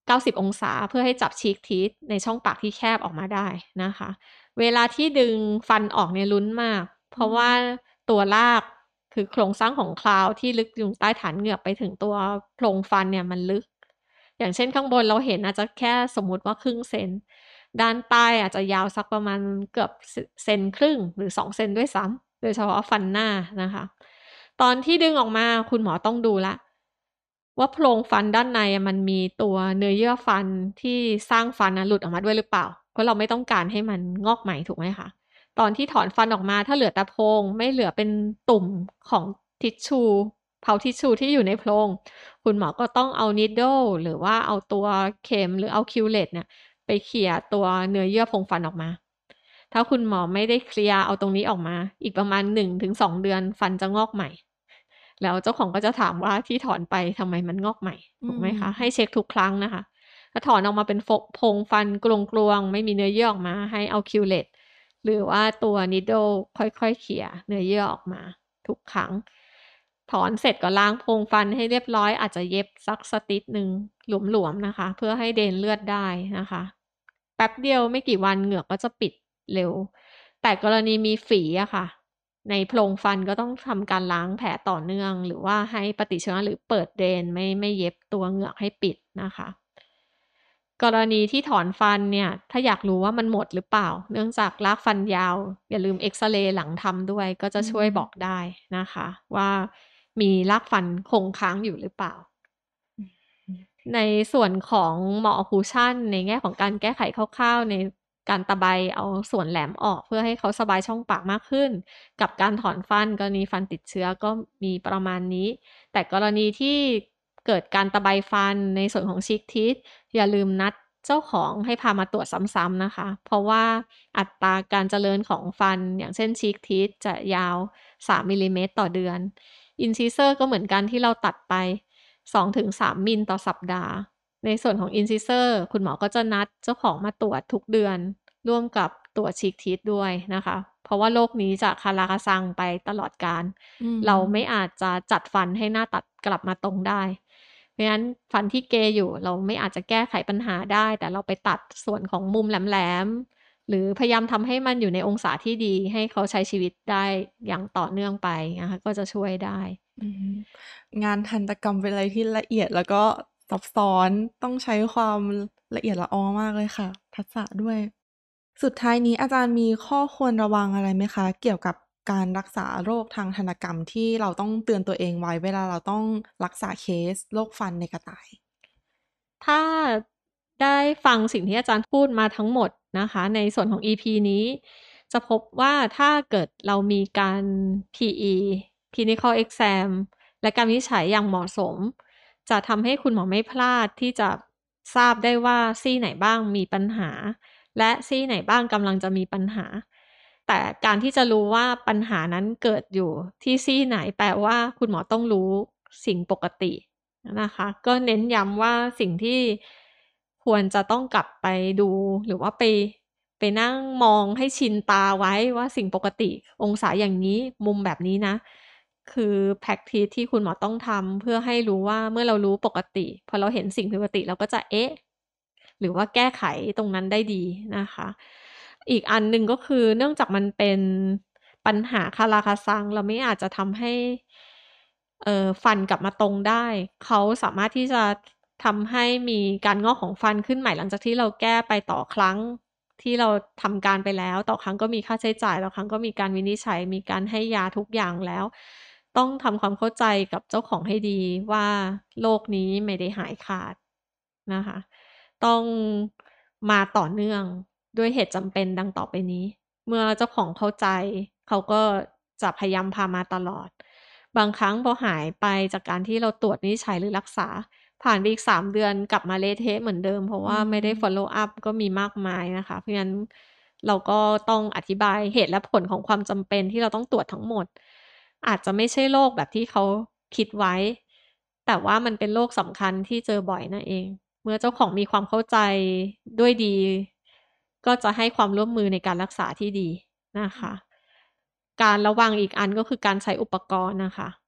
เก้าสิบองศาเพื่อให้จับชีกทีธในช่องปากที่แคบออกมาได้นะคะเวลาที่ดึงฟันออกเนี่ยลุ้นมากเพราะว่าตัวรากคือโครงสร้างของคราวที่ลึกอยู่ใต้ฐานเหงือกไปถึงตัวโพรงฟันเนี่ยมันลึกอย่างเช่นข้างบนเราเห็นอาจจะแค่สมมุติว่าครึ่งเซนด้านใต้อาจจะยาวสักประมาณเกือบเซนครึ่งหรือสองเซนด้วยซ้ำโดยเฉพาะฟันหน้านะคะตอนที่ดึงออกมาคุณหมอต้องดูละว่าโพรงฟันด้านในมันมีตัวเนื้อเยื่อฟันที่สร้างฟันหลุดออกมาด้วยหรือเปล่าเพราะเราไม่ต้องการให้มันงอกใหม่ถูกไหมคะตอนที่ถอนฟันออกมาถ้าเหลือแต่โพรงไม่เหลือเป็นตุ่มของทิชชูเพาทิชชูที่อยู่ในโพรงคุณหมอก็ต้องเอา needle หรือว่าเอาตัวเข็มหรือเอาคิวเลตเนี่ยไปเขี่ยตัวเนื้อเยื่อโพรงฟันออกมาถ้าคุณหมอไม่ได้เคลียร์เอาตรงนี้ออกมาอีกประมาณ หนึ่งถึงสอง เดือนฟันจะงอกใหม่แล้วเจ้าของก็จะถามว่าที่ถอนไปทำไมมันงอกใหม่ถูกไหมคะให้เช็คทุกครั้งนะคะถ้าถอนออกมาเป็นโพรงฟันกลวงๆไม่มีเนื้อเยื่อออกมาให้เอาคิวเลตหรือว่าตัว needle ค่อยๆเขี่ยเนื้อเยื่อออกมาทุกครั้งถอนเสร็จก็ล้างโพรงฟันให้เรียบร้อยอาจจะเย็บสักสติดหนึ่งหลวมๆนะคะเพื่อให้เดนเลือดได้นะคะแป๊บเดียวไม่กี่วันเหงือกก็จะปิดเร็วแต่กรณีมีฝีอะค่ะในโพรงฟันก็ต้องทำการล้างแผลต่อเนื่องหรือว่าให้ปฏิชีวนะหรือเปิดเดนไม่ไม่เย็บตัวเหงือกให้ปิดนะคะกรณีที่ถอนฟันเนี่ยถ้าอยากรู้ว่ามันหมดหรือเปล่าเนื่องจากรากฟันยาวอย่าลืมเอ็กซเรย์หลังทำด้วยก็จะช่วยบอกได้นะคะว่ามีรากฟันคงค้างอยู่หรือเปล่าในส่วนของหมอคูชั่นในแง่ของการแก้ไขคร่าวๆในการตะไบเอาส่วนแหลมออกเพื่อให้เขาสบายช่องปากมากขึ้นกับการถอนฟันกรณีฟันติดเชื้อก็มีประมาณนี้แต่กรณีที่เกิดการตะไบฟันในส่วนของชีกทีธอย่าลืมนัดเจ้าของให้พามาตรวจซ้ำๆนะคะเพราะว่าอัตราการเจริญของฟันอย่างเช่นชีกทีธจะยาวสามมิลลิเมตรต่อเดือนอินซิเซอร์ก็เหมือนกันที่เราตัดไปสองถึงสาม มิลต่อสัปดาห์ในส่วนของ incisor คุณหมอก็จะนัดเจ้าของมาตรวจทุกเดือนร่วมกับตรวจชีกทีธด้วยนะคะเพราะว่าโรคนี้จะคาราคาซังไปตลอดกาลเราไม่อาจจะจัดฟันให้หน้าตัดกลับมาตรงได้เพราะฉะนั้นฟันที่เกยอยู่เราไม่อาจจะแก้ไขปัญหาได้แต่เราไปตัดส่วนของมุมแหลมๆหรือพยายามทำให้มันอยู่ในองศาที่ดีให้เขาใช้ชีวิตได้อย่างต่อเนื่องไปนะคะก็จะช่วยได้งานทันตกรรมเป็นอะไรที่ละเอียดแล้วก็ซับซ้อนต้องใช้ความละเอียดละออมากเลยค่ะทักษะด้วยสุดท้ายนี้อาจารย์มีข้อควรระวังอะไรไหมคะเกี่ยวกับการรักษาโรคทางทันตกรรมที่เราต้องเตือนตัวเองไว้เวลาเราต้องรักษาเคสโรคฟันในกระต่ายถ้าได้ฟังสิ่งที่อาจารย์พูดมาทั้งหมดนะคะในส่วนของ อี พี นี้จะพบว่าถ้าเกิดเรามีการ พี อี Clinical Exam และการวินิจฉัยอย่างเหมาะสมจะทำให้คุณหมอไม่พลาดที่จะทราบได้ว่าซี่ไหนบ้างมีปัญหาและซี่ไหนบ้างกำลังจะมีปัญหาแต่การที่จะรู้ว่าปัญหานั้นเกิดอยู่ที่ซี่ไหนแปลว่าคุณหมอต้องรู้สิ่งปกตินะคะก็เน้นย้ำว่าสิ่งที่ควรจะต้องกลับไปดูหรือว่าไปไปนั่งมองให้ชินตาไว้ว่าสิ่งปกติองศาอย่างนี้มุมแบบนี้นะคือ practice ที่คุณหมอต้องทำเพื่อให้รู้ว่าเมื่อเรารู้ปกติพอเราเห็นสิ่งผิดปกติเราก็จะเอ๊ะหรือว่าแก้ไขตรงนั้นได้ดีนะคะอีกอันหนึ่งก็คือเนื่องจากมันเป็นปัญหาคาราคาซังเราไม่อาจจะทำให้เอ่อฟันกลับมาตรงได้เขาสามารถที่จะทำให้มีการงอกของฟันขึ้นใหม่หลังจากที่เราแก้ไปต่อครั้งที่เราทำการไปแล้วต่อครั้งก็มีค่าใช้จ่ายต่อครั้งก็มีการวินิจฉัยมีการให้ยาทุกอย่างแล้วต้องทำความเข้าใจกับเจ้าของให้ดีว่าโรคนี้ไม่ได้หายขาดนะคะต้องมาต่อเนื่องด้วยเหตุจำเป็นดังต่อไปนี้เมื่อเจ้าของเข้าใจเขาก็จะพยายามพามาตลอดบางครั้งพอหายไปจากการที่เราตรวจวินิจฉัยหรือรักษาผ่านไปอีกสามเดือนกลับมาเละเทะเหมือนเดิมเพราะว่าไม่ได้ follow up ก็มีมากมายนะคะเพราะฉะนั้นเราก็ต้องอธิบายเหตุและผลของความจำเป็นที่เราต้องตรวจทั้งหมดอาจจะไม่ใช่โรคแบบที่เขาคิดไว้แต่ว่ามันเป็นโรคสำคัญที่เจอบ่อยนั่นเองเมื่อเจ้าของมีความเข้าใจด้วยดีก็จะให้ความร่วมมือในการรักษาที่ดีนะคะการระวังอีกอันก็คือการใช้อุปกรณ์นะคะ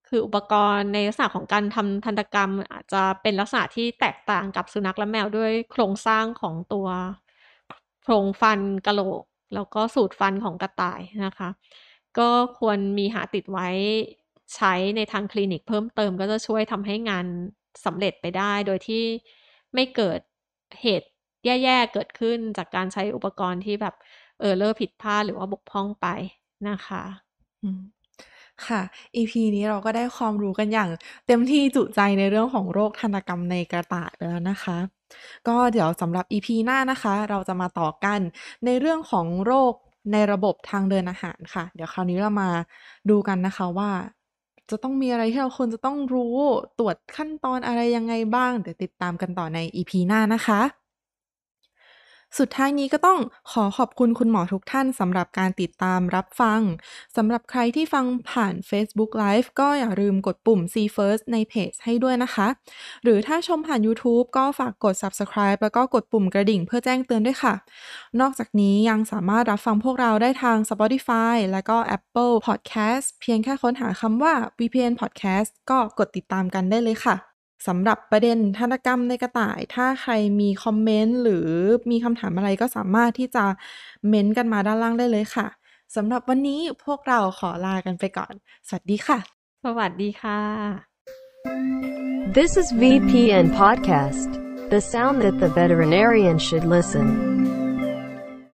คืออุปกรณ์ในลักษณะของการทำทันตกรรมอาจจะเป็นลักษณะที่แตกต่างกับสุนัขและแมวด้วยโครงสร้างของตัวโครงฟันกะโหลกแล้วก็สูตรฟันของกระต่ายนะคะก็ควรมีหาติดไว้ใช้ในทางคลินิกเพิ่มเติมก็จะช่วยทำให้งานสำเร็จไปได้โดยที่ไม่เกิดเหตุแย่ๆเกิดขึ้นจากการใช้อุปกรณ์ที่แบบเออเลอร์ผิดพลาดหรือว่าบกพร่องไปนะคะอืมค่ะ อี พี นี้เราก็ได้ความรู้กันอย่างเต็มที่จุใจในเรื่องของโรคทันตกรรมในกระต่ายไปแล้วนะคะ ก็เดี๋ยวสำหรับ อี พี หน้านะคะ เราจะมาต่อกันในเรื่องของโรคในระบบทางเดินอาหารค่ะ เดี๋ยวคราวนี้เรามาดูกันนะคะว่าจะต้องมีอะไรที่เราควรจะต้องรู้ตรวจขั้นตอนอะไรยังไงบ้างเดี๋ยวติดตามกันต่อใน อี พี หน้านะคะสุดท้ายนี้ก็ต้องขอขอบคุณคุณหมอทุกท่านสำหรับการติดตามรับฟังสำหรับใครที่ฟังผ่าน Facebook Live ก็อย่าลืมกดปุ่ม See First ในเพจให้ด้วยนะคะหรือถ้าชมผ่าน YouTube ก็ฝากกด Subscribe แล้วก็กดปุ่มกระดิ่งเพื่อแจ้งเตือนด้วยค่ะนอกจากนี้ยังสามารถรับฟังพวกเราได้ทาง Spotify และก็ Apple Podcast เพียงแค่ค้นหาคำว่า วี พี เอ็น Podcast ก็กดติดตามกันได้เลยค่ะสำหรับประเด็นทันตกรรมในกระต่ายถ้าใครมีคอมเมนต์หรือมีคำถามอะไรก็สามารถที่จะเม้นต์กันมาด้านล่างได้เลยค่ะสำหรับวันนี้พวกเราขอลากันไปก่อนสวัสดีค่ะสวัสดีค่ะ This is วี พี เอ็น Podcast, the sound that the veterinarian should listen.